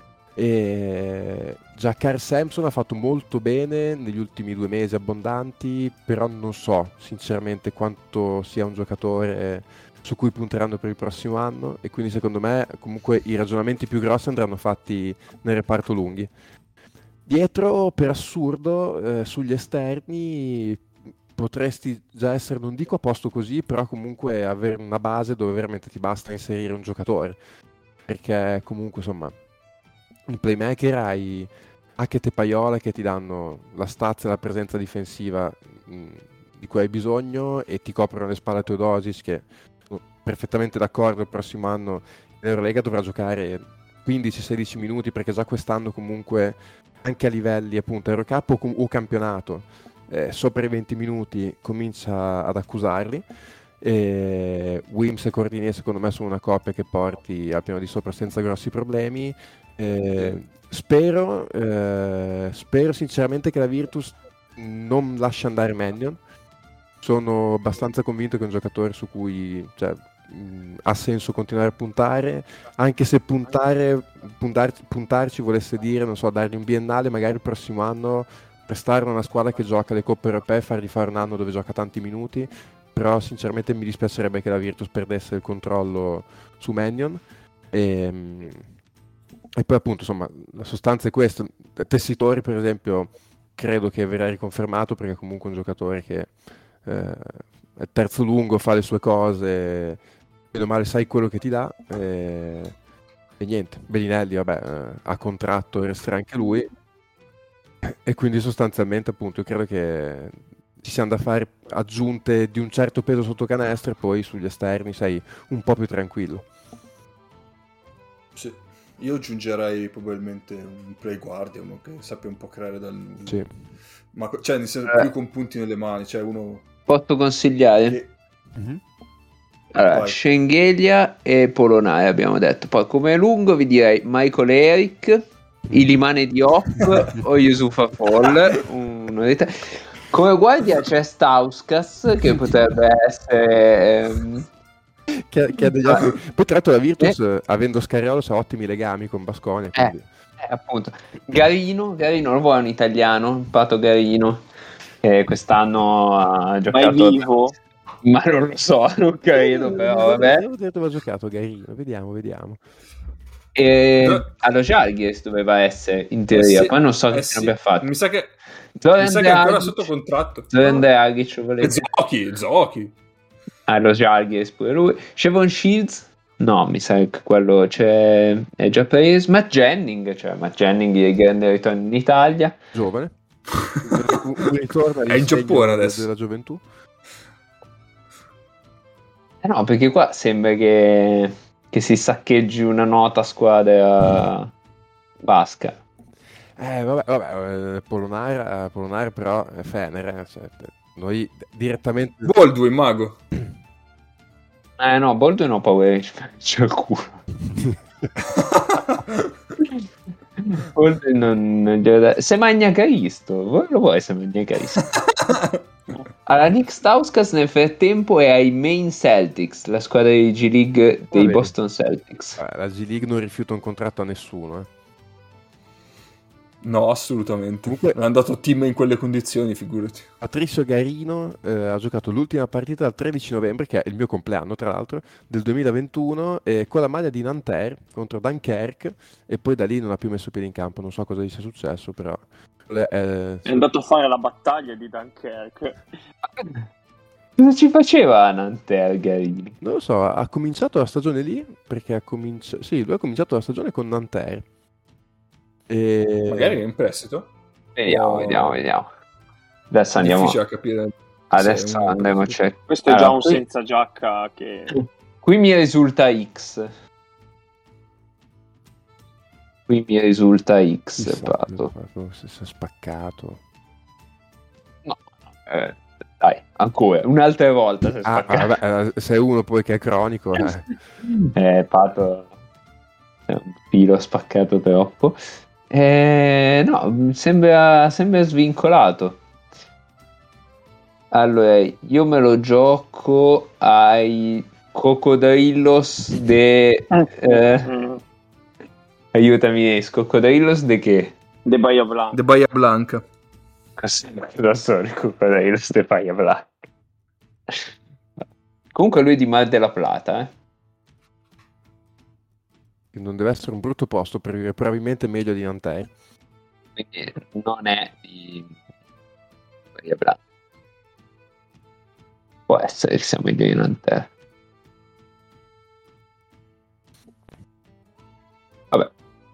E Jakar Sampson ha fatto molto bene negli ultimi 2 mesi abbondanti, però non so sinceramente quanto sia un giocatore su cui punteranno per il prossimo anno, e quindi secondo me comunque i ragionamenti più grossi andranno fatti nel reparto lunghi. Dietro, per assurdo, sugli esterni potresti già essere, non dico a posto così, però comunque avere una base dove veramente ti basta inserire un giocatore, perché comunque insomma un playmaker hai Hackett e Paiola che ti danno la stazza e la presenza difensiva di cui hai bisogno, e ti coprono le spalle a Teodosic, che sono perfettamente d'accordo, il prossimo anno in Eurolega dovrà giocare 15-16 minuti, perché già quest'anno comunque anche a livelli appunto Eurocup o campionato sopra i 20 minuti comincia ad accusarli. Wims e Cordinier secondo me sono una coppia che porti al piano di sopra senza grossi problemi. Spero sinceramente che la Virtus non lasci andare Mannion. Sono abbastanza convinto che è un giocatore su cui ha senso continuare a puntare, anche se puntarci volesse dire, non so, dargli un biennale magari il prossimo anno, prestare una squadra che gioca le coppe europee, fargli fare un anno dove gioca tanti minuti. Però sinceramente mi dispiacerebbe che la Virtus perdesse il controllo su Mannion. E poi appunto insomma la sostanza è questa. Tessitori per esempio credo che verrà riconfermato, perché comunque è un giocatore che è terzo lungo, fa le sue cose, meno male sai quello che ti dà, e niente. Bellinelli vabbè, ha contratto e resterà anche lui, e quindi sostanzialmente appunto io credo che ci siano da fare aggiunte di un certo peso sotto canestro, e poi sugli esterni sei un po' più tranquillo. Sì, io aggiungerei probabilmente un play guardia, uno che sappia un po' creare dal nulla. Sì. Ma cioè nel senso, più con punti nelle mani, cioè uno Posso consigliare? che... Allora, Vai. Schengelia e Polonai abbiamo detto. Poi come lungo vi direi Michael Eric, Ilimane Diop o Yusufa Fall, uno dei tre. Come guardia c'è Stauskas, che potrebbe essere che ha degli altri... Poi tra l'altro la Virtus avendo Scariolo ha ottimi legami con Baskonia, quindi... appunto. Garino lo vuole un italiano, Pato Garino, che quest'anno ha giocato. Ma è vivo? Ma non lo so, non credo, però vabbè. Dove ha giocato Garino? Vediamo. Allo Žalgiris doveva essere in teoria, sì, poi non so che sì. abbia fatto. Mi sa che è ancora sotto contratto. Zoran Dragic volete? Zocchi. Allo Žalgiris pure lui. Shevon Shields? No, mi sa che quello è già preso. Matt Jennings il grande ritorno in Italia. Giovane. un ritorno è in Giappone adesso della gioventù. No, perché qua sembra che si saccheggi una nota squadra basca. Polonare però è Fener, cioè, noi direttamente... Baldwin, mago. No, Baldwin ho paura di c'è il culo. Se magna Caristo, voi lo vuoi se magna Caristo? Allora, Nick Stauskas nel frattempo è ai Maine Celtics, la squadra di G League dei Boston Celtics. La G League non rifiuta un contratto a nessuno. No, assolutamente. Comunque, non è andato team in quelle condizioni, figurati. Patrizio Garino ha giocato l'ultima partita dal 13 novembre, che è il mio compleanno tra l'altro, del 2021, con la maglia di Nanterre contro Dunkerque, e poi da lì non ha più messo piede in campo. Non so cosa gli sia successo, però è andato a fare la battaglia di Dunkerque. Cosa ci faceva Nanterre Garino? Non lo so, ha cominciato la stagione lì, perché lui ha cominciato la stagione con Nanterre. Magari è in prestito? Vediamo. Adesso andiamo. Difficile a capire. Adesso andremo a cercare. Questo è già un senza giacca che... Qui mi risulta X. Pato. Si è spaccato. No. Dai, ancora. Un'altra volta si è spaccato. Vabbè, sei uno poi che è cronico. Pato è un filo spaccato troppo. No, sembra svincolato. Allora, io me lo gioco ai Cocodrillos de... aiutami, Cocodrillos de che? De Bahia Blanca. De Bahia Blanca. Cosa sono i Cocodrillos de Bahia Blanca? Comunque lui è di Mar della Plata, Che non deve essere un brutto posto per vivere, probabilmente meglio di Nanterre. quindi non è di Maria Plata. Può essere che sia meglio di Nanterre. Vabbè.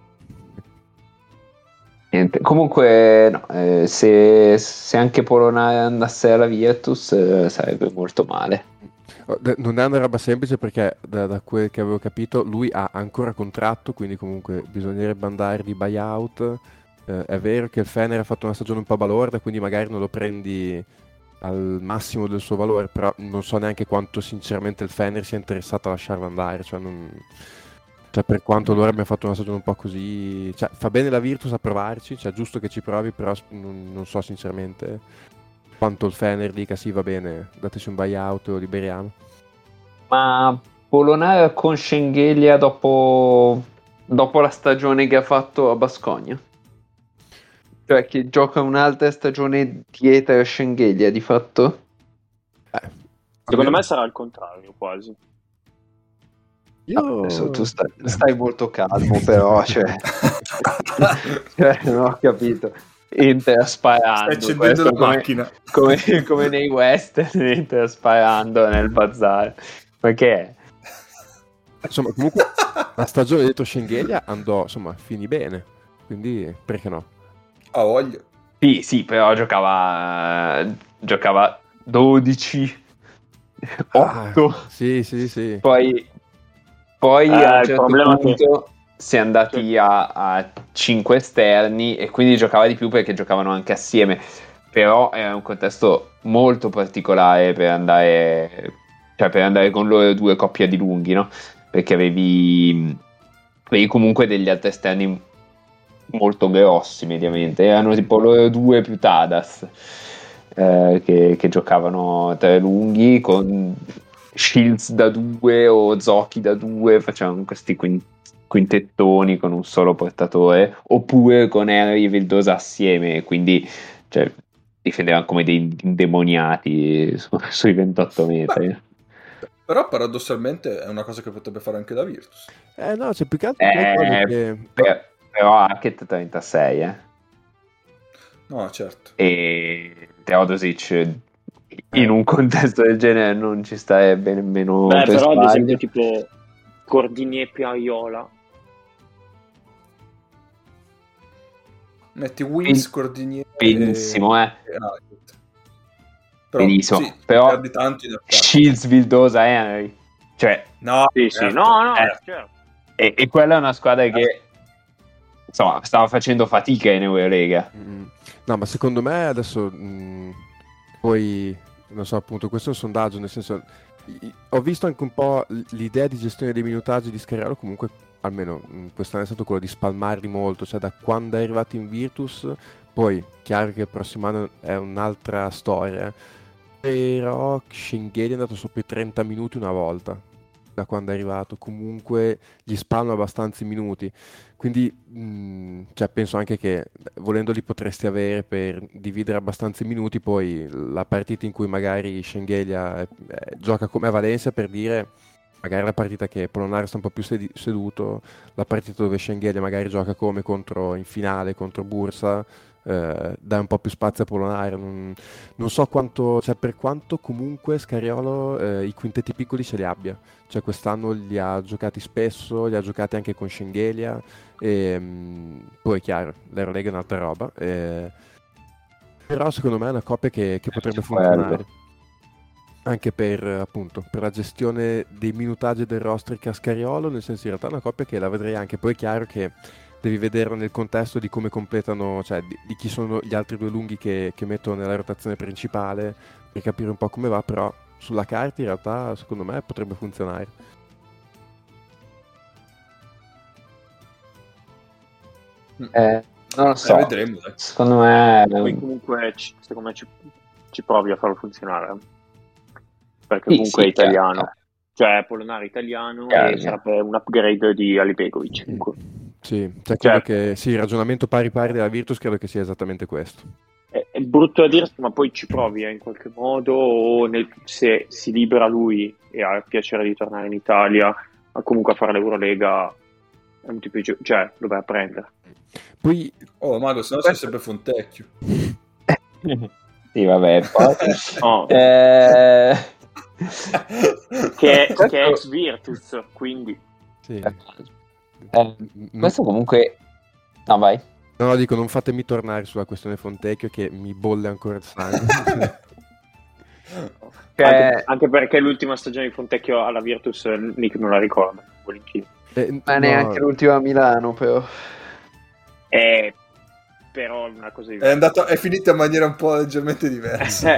Niente. Comunque, no, se anche Polonare andasse alla Virtus sarebbe molto male. Non è una roba semplice perché da quel che avevo capito lui ha ancora contratto, quindi comunque bisognerebbe andare di buyout. È vero che il Fener ha fatto una stagione un po' balorda, quindi magari non lo prendi al massimo del suo valore, però non so neanche quanto sinceramente il Fener sia interessato a lasciarlo andare, cioè, per quanto loro abbiano fatto una stagione un po' così, cioè, fa bene la Virtus a provarci, cioè giusto che ci provi, però non so sinceramente quanto il Fener dica sì va bene, dateci un buyout o liberiamo. Ma Polonare con Schengelia dopo la stagione che ha fatto a Baskonia? Cioè che gioca un'altra stagione dietro a Schengelia di fatto? Secondo me sarà il contrario quasi. Adesso tu stai molto calmo però, cioè non ho capito. Inter sparando, stai accendendo la macchina come nei western, Inter sparando nel bazar, perché insomma comunque la stagione dietro Schengelia andò, insomma, finì bene, quindi perché no? Ah, voglio. sì, però giocava 12 8 sì. Poi a un certo punto si è andati Sì. a 5 esterni e quindi giocava di più perché giocavano anche assieme, però era un contesto molto particolare per andare con loro due coppia di lunghi, no? Perché avevi comunque degli altri esterni molto grossi mediamente, erano tipo loro due più Tadas che giocavano tre lunghi con Shields da 2 o Zoki da 2, facevano questi quintettoni con un solo portatore, oppure con Henry e Vildosa assieme, quindi cioè, difendevano come dei indemoniati sui 28 metri. Beh, però paradossalmente è una cosa che potrebbe fare anche la Virtus. No, c'è più che altro che... Però Hackett 36, No, certo. e Teodosic in un contesto del genere non ci starebbe nemmeno per però sbaglio. ad esempio tipo Cordinier e Aiola, metti Wins, Cordinier benissimo, però, benissimo, sì, però perdi tanto in attacco. Shields, Vildosa, Henry, cioè No, sì, certo. no, certo. e quella è una squadra che insomma stava facendo fatica in Eurolega. No, ma secondo me adesso poi non so, appunto, questo è un sondaggio, nel senso ho visto anche un po' l'idea di gestione dei minutaggi di Scariolo, comunque almeno quest'anno è stato quello di spalmarli molto, cioè da quando è arrivato in Virtus, poi chiaro che il prossimo anno è un'altra storia, però Schengelia è andato sopra i 30 minuti una volta da quando è arrivato, comunque gli spalma abbastanza i minuti, quindi cioè, penso anche che volendoli potresti avere per dividere abbastanza i minuti, poi la partita in cui magari Schengelia gioca come a Valencia, per dire, magari la partita che Polonare sta un po' più seduto, la partita dove Schengelia magari gioca come in finale contro Bursa, dà un po' più spazio a Polonare, non so quanto, cioè per quanto comunque Scariolo i quintetti piccoli ce li abbia, cioè quest'anno li ha giocati spesso, li ha giocati anche con Schengelia, e poi è chiaro, l'Eurolega è un'altra roba, però secondo me è una coppia che potrebbe funzionare anche per appunto per la gestione dei minutaggi del roster che ha Scariolo, nel senso in realtà è una coppia che la vedrei anche, poi è chiaro che devi vederlo nel contesto di come completano, cioè di chi sono gli altri due lunghi che mettono nella rotazione principale, per capire un po' come va, però sulla carta in realtà secondo me potrebbe funzionare. Non lo so, vedremo, dai. Secondo me Poi comunque secondo me ci provi a farlo funzionare, perché comunque è italiano, cioè Polonare italiano, e sarebbe un upgrade di Alibegovic comunque. Sì, cioè credo che sì, il ragionamento pari della Virtus credo che sia esattamente questo. brutto da dire, ma poi ci provi in qualche modo, o se si libera lui e ha il piacere di tornare in Italia, comunque a fare l'Eurolega, è un tipo di cioè lo vai a prendere. Poi Mago, se no sei sempre Fontecchio. Sì, vabbè, poi... No. che è ex Virtus, quindi sì. Questo comunque... No, vai. No, dico, non fatemi tornare sulla questione Fontecchio che mi bolle ancora il sangue. anche perché l'ultima stagione di Fontecchio alla Virtus Nick non la ricorda, volentieri. Ma neanche l'ultima a Milano, però. Però è una cosa diversa. È finita in maniera un po' leggermente diversa.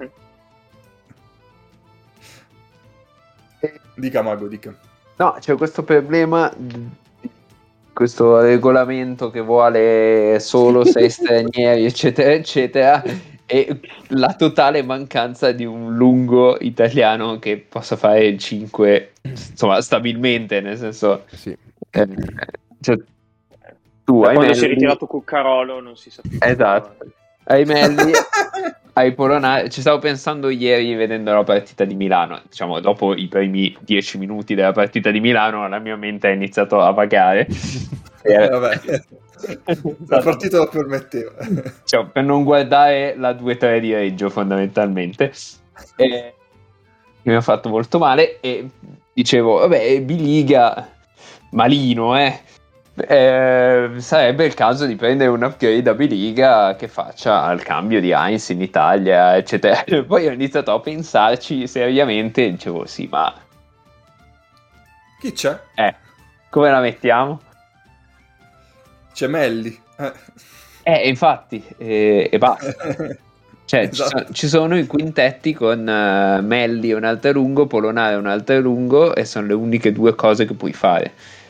Dica Mago, dica. No, c'è questo problema, questo regolamento che vuole solo 6 stranieri, eccetera, eccetera, e la totale mancanza di un lungo italiano che possa fare 5, insomma, stabilmente, nel senso... Sì. Cioè, tu hai quando si è ritirato Cuccarolo non si sa più. Esatto. Hai Melli, hai Polonara. Ci stavo pensando ieri vedendo la partita di Milano. Diciamo, dopo i primi 10 minuti della partita di Milano, la mia mente ha iniziato a vagare. Vabbè, la partita lo permetteva. Cioè, per non guardare la 2-3 di Reggio, fondamentalmente. Mi ha fatto molto male. E dicevo, vabbè, B-Liga, malino, sarebbe il caso di prendere un upgrade a B-Liga che faccia il cambio di Heinz in Italia, eccetera. Poi ho iniziato a pensarci seriamente e dicevo sì, ma chi c'è? Come la mettiamo? C'è Melli. Infatti, e basta. Cioè, esatto. ci sono i quintetti con Melli un alto lungo, Polonare un alto lungo, e sono le uniche due cose che puoi fare.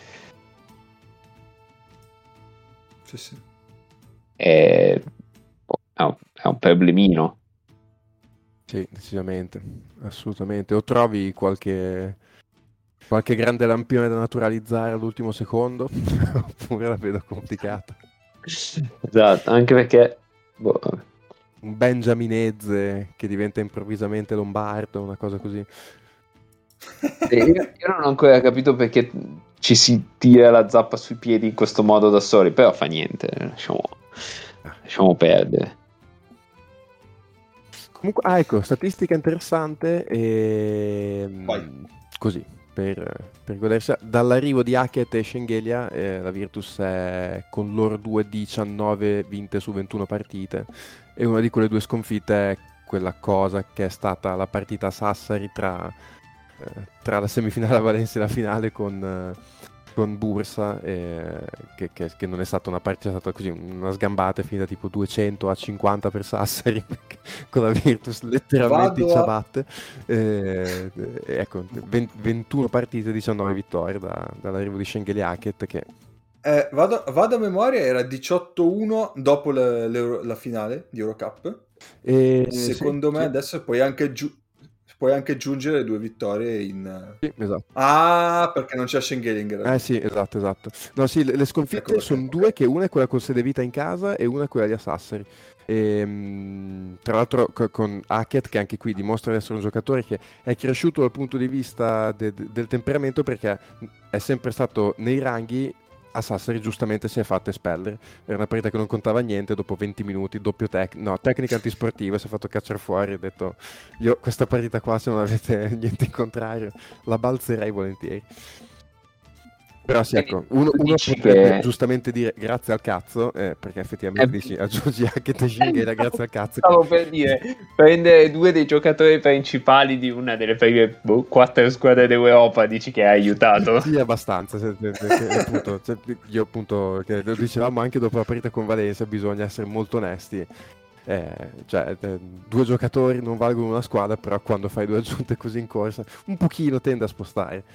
Sì. È un problemino. Sì, decisamente, assolutamente. O trovi qualche grande lampione da naturalizzare all'ultimo secondo, oppure la vedo complicata. Esatto, anche perché un Benjaminezze che diventa improvvisamente lombardo, una cosa così. Io non ho ancora capito perché ci si tira la zappa sui piedi in questo modo da soli, però fa niente, lasciamo perdere. Comunque, ecco, statistica interessante così, per godersi. Dall'arrivo di Hackett e Schengelia, la Virtus è con loro 19 vinte su 21 partite, e una di quelle due sconfitte è quella cosa che è stata la partita a Sassari tra la semifinale a Valencia e la finale con Bursa, che non è stata una partita, è stata così una sgambata, è finita tipo 200-50 per Sassari, con la Virtus letteralmente in ciabatte. Ecco, 21 partite, 19 vittorie dall'arrivo di Schengelia e Hackett, che vado a memoria, era 18-1 dopo la finale di Eurocup. Secondo me adesso puoi anche aggiungere 2 vittorie in... Sì, esatto. Perché non c'è Schengelia. Sì, esatto. No, sì, le sconfitte sono 2, che una è quella con Sedevita in casa e una è quella di Sassari. Tra l'altro con Hackett, che anche qui dimostra di essere un giocatore che è cresciuto dal punto di vista del temperamento, perché è sempre stato nei ranghi. A Sassari giustamente si è fatto espellere, era una partita che non contava niente, dopo 20 minuti doppio tecnica antisportiva, si è fatto cacciare fuori, ha detto io questa partita qua, se non avete niente in contrario, la balzerei volentieri. Però sì, ecco, uno potrebbe giustamente dire grazie al cazzo, perché effettivamente dici aggiungi anche Schengelia grazie al cazzo. Stavo per dire, prendere 2 dei giocatori principali di una delle prime 4 squadre d'Europa, dici che ha aiutato? Sì, abbastanza. Appunto, io appunto, che lo dicevamo anche dopo la partita con Valencia, bisogna essere molto onesti. 2 giocatori non valgono una squadra, però quando fai 2 aggiunte così in corsa, un pochino tende a spostare.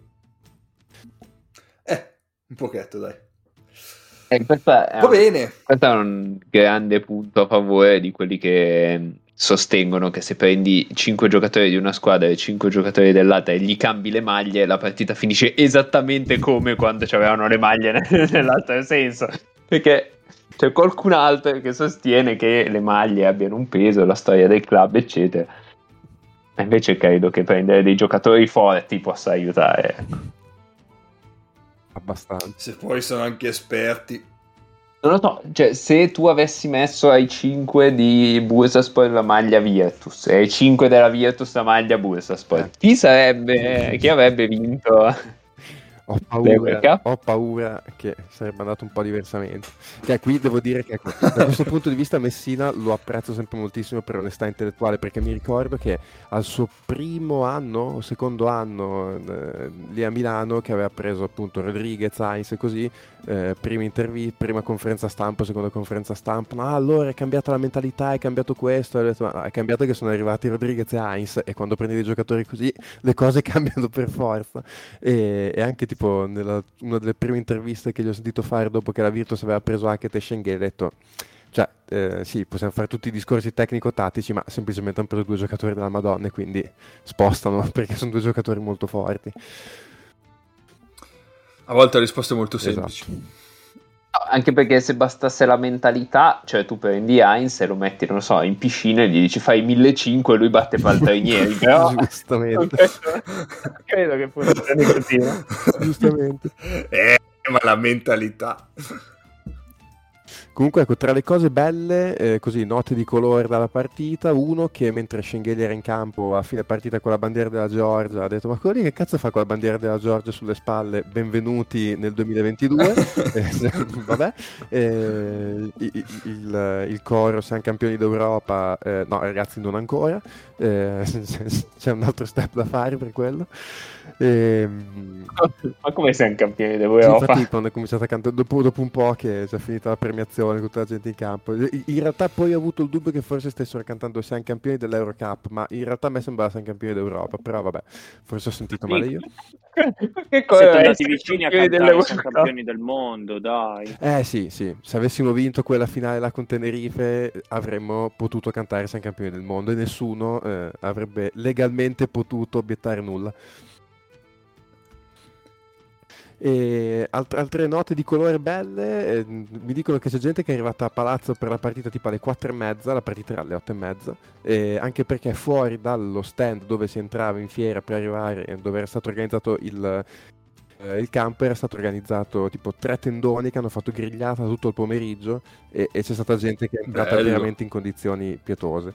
Un pochetto, dai. Va bene. Questo è un grande punto a favore di quelli che sostengono che se prendi 5 giocatori di una squadra e 5 giocatori dell'altra e gli cambi le maglie, la partita finisce esattamente come quando c'avevano le maglie nell'altro senso. Perché c'è qualcun altro che sostiene che le maglie abbiano un peso, la storia del club, eccetera. E invece credo che prendere dei giocatori forti possa aiutare. Abbastanza. Se poi sono anche esperti. Non lo so, cioè se tu avessi messo ai 5 di Bursaspor la maglia Virtus e ai 5 della Virtus la maglia Bursaspor, chi avrebbe vinto? Ho paura che sarebbe andato un po' diversamente. Cioè, qui devo dire che da questo punto di vista Messina lo apprezzo sempre moltissimo per onestà intellettuale, perché mi ricordo che al suo primo anno o secondo anno lì a Milano, che aveva preso appunto Rodriguez, Heinz e così, prima conferenza stampa, seconda conferenza stampa, ma allora è cambiata la mentalità, è cambiato questo, e ho detto, ma è cambiato che sono arrivati Rodriguez e Heinz, e quando prendi dei giocatori così le cose cambiano per forza. E anche tipo una delle prime interviste che gli ho sentito fare dopo che la Virtus aveva preso anche Teschenghe, ha detto, cioè sì, possiamo fare tutti i discorsi tecnico-tattici, ma semplicemente hanno preso 2 giocatori della Madonna e quindi spostano perché sono 2 giocatori molto forti. A volte la risposta è molto semplice. Esatto. Anche perché se bastasse la mentalità, cioè tu prendi Heinz e lo metti, non lo so, in piscina e gli dici fai 1500 e lui batte Paltrinieri, però giustamente credo che funzioni così, no? Giustamente. Ma la mentalità. Comunque ecco, tra le cose belle, così note di colore dalla partita, uno che mentre Schengelli era in campo a fine partita con la bandiera della Georgia ha detto, ma quello lì che cazzo fa con la bandiera della Georgia sulle spalle? Benvenuti nel 2022. Vabbè, il coro siamo campioni d'Europa, no ragazzi non ancora, c'è un altro step da fare per quello. Ma come siamo campioni d'Europa? Infatti quando è cominciato a cantare dopo un po' che è già finita la premiazione con tutta la gente in campo, in realtà poi ho avuto il dubbio che forse stessero cantando siamo campioni dell'Eurocup, ma in realtà a me sembrava siamo campioni d'Europa, però vabbè, forse ho sentito male io. Che siete andati vicini a cantare siamo campioni del mondo, dai. Sì, se avessimo vinto quella finale là con Tenerife avremmo potuto cantare siamo campioni del mondo e nessuno avrebbe legalmente potuto obiettare nulla. E altre note di colore belle, mi dicono che c'è gente che è arrivata a Palazzo per la partita tipo alle 4:30, la partita era alle 8:30, anche perché fuori dallo stand dove si entrava in fiera per arrivare, dove era stato organizzato il campo, era stato organizzato tipo 3 tendoni che hanno fatto grigliata tutto il pomeriggio e c'è stata gente che è entrata veramente in condizioni pietose.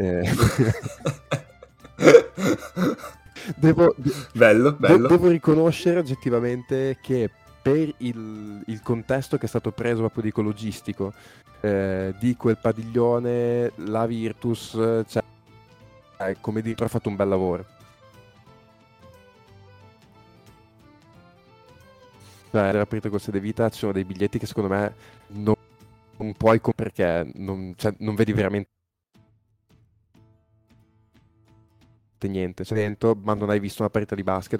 Bello. Devo riconoscere oggettivamente che per il contesto che è stato preso proprio dico logistico di quel padiglione, la Virtus, come dire, ha fatto un bel lavoro. Era aprito col Sede Vita, ci sono dei biglietti che secondo me non puoi perché non vedi veramente niente, c'è dentro, ma non hai visto una partita di basket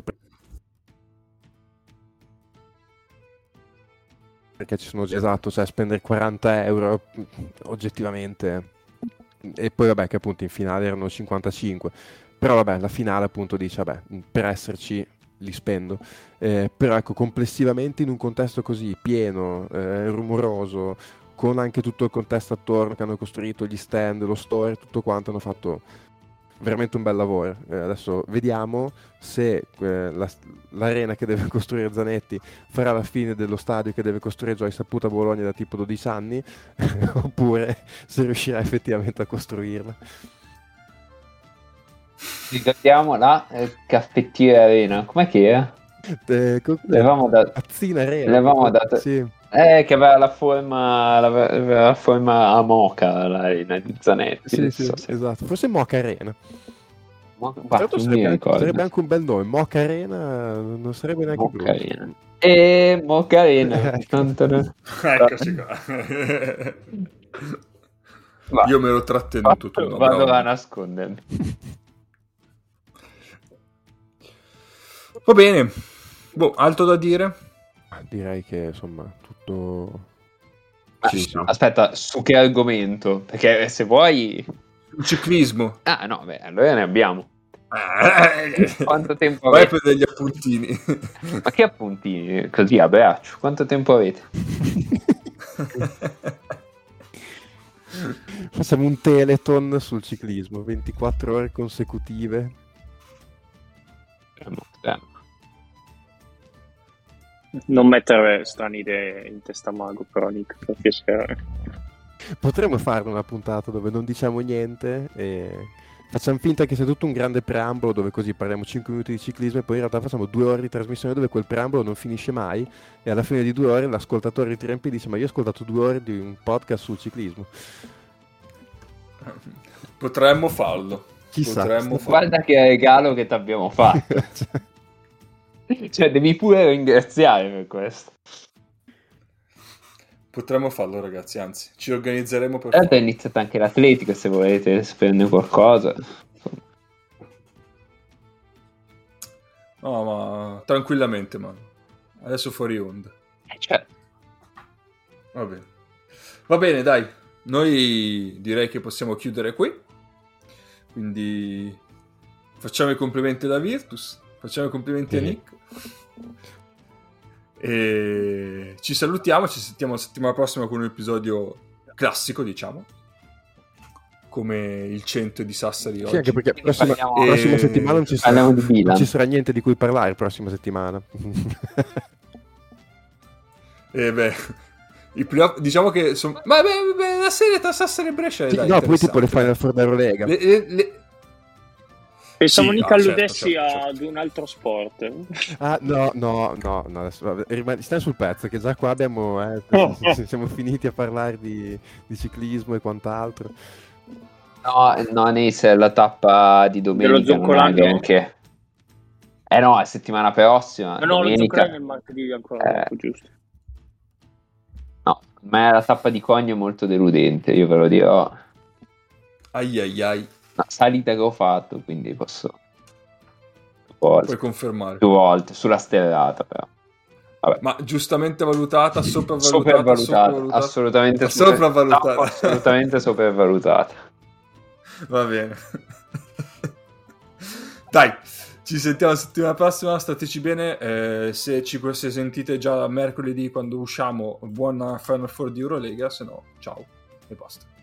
perché ci sono esatto, cioè spendere 40 euro oggettivamente, e poi vabbè che appunto in finale erano 55, però vabbè la finale appunto dice vabbè per esserci li spendo, però ecco complessivamente in un contesto così pieno, rumoroso, con anche tutto il contesto attorno che hanno costruito, gli stand, lo store, tutto quanto, hanno fatto veramente un bel lavoro. Adesso vediamo se l'arena che deve costruire Zanetti farà la fine dello stadio che deve costruire Gioia Saputo a Bologna da tipo 12 anni oppure se riuscirà effettivamente a costruirla. Ricordiamo la caffettiera arena, com'è che è? Azzina Arena. L'avevamo dato. Sì. Che aveva la forma a Moca l'arena di Zanetti. Sì, esatto. Forse Moca Arena. Sarebbe anche un bel nome. Moca Arena non sarebbe neanche Moca Arena. E Moca Arena. Eccoci qua. Io me l'ho trattenuto tu. Vado a nascondermi. Va bene. Altro da dire? Direi che insomma tutto. Sì. Aspetta, su che argomento? Perché se vuoi il ciclismo. No, beh, allora ne abbiamo. Quanto tempo vai avete? Per degli appuntini. Ma che appuntini? Così a braccio. Quanto tempo avete? Facciamo un teleton sul ciclismo, 24 ore consecutive. Non mettere strane idee in testa a Mago, però, Nick, per piacere. Potremmo fare una puntata dove non diciamo niente e facciamo finta che sia tutto un grande preambolo dove così parliamo 5 minuti di ciclismo e poi in realtà facciamo 2 ore di trasmissione dove quel preambolo non finisce mai e alla fine di 2 ore l'ascoltatore ritrempa e dice: ma io ho ascoltato 2 ore di un podcast sul ciclismo. Potremmo farlo. Chissà. Guarda che regalo che ti abbiamo fatto. Cioè, devi pure ringraziare per questo. Potremmo farlo, ragazzi, anzi, ci organizzeremo per È iniziata anche l'atletica, se volete spendere qualcosa. No, ma tranquillamente, man. Adesso fuori onda. Certo. Va bene, dai. Noi direi che possiamo chiudere qui. Quindi facciamo i complimenti alla Virtus, facciamo i complimenti a Nick. E ci salutiamo, ci sentiamo la settimana prossima con un episodio classico, diciamo, come il 100 di Sassari oggi. Sì, anche perché prossima settimana non ci sarà niente di cui parlare prossima settimana. I playoff, diciamo che sono... Ma beh, la serie tra Sassari e Brescia sì, no, poi tipo le Final Four d'Eurolega. Pensavo sì, mica alludessi ad un altro sport. Ah, no, adesso, stai sul pezzo, che già qua abbiamo siamo finiti a parlare di ciclismo e quant'altro. No, Nace, la tappa di domenica non è neanche... no, è settimana prossima. No, lo giocherai nel martedì ancora dopo, giusto? No, ma la tappa di Cogno è molto deludente, io ve lo dirò. Ai. Una salita che ho fatto, quindi posso... Puoi confermare. Più volte, sulla stellata però. Vabbè. Ma giustamente valutata, sopravvalutata? Assolutamente sopravvalutata. Assolutamente sopravvalutata. Va bene. Dai, ci sentiamo la settimana prossima, stateci bene. Se ci sentite già mercoledì quando usciamo, buona Final Four di Eurolega, se no, ciao e basta.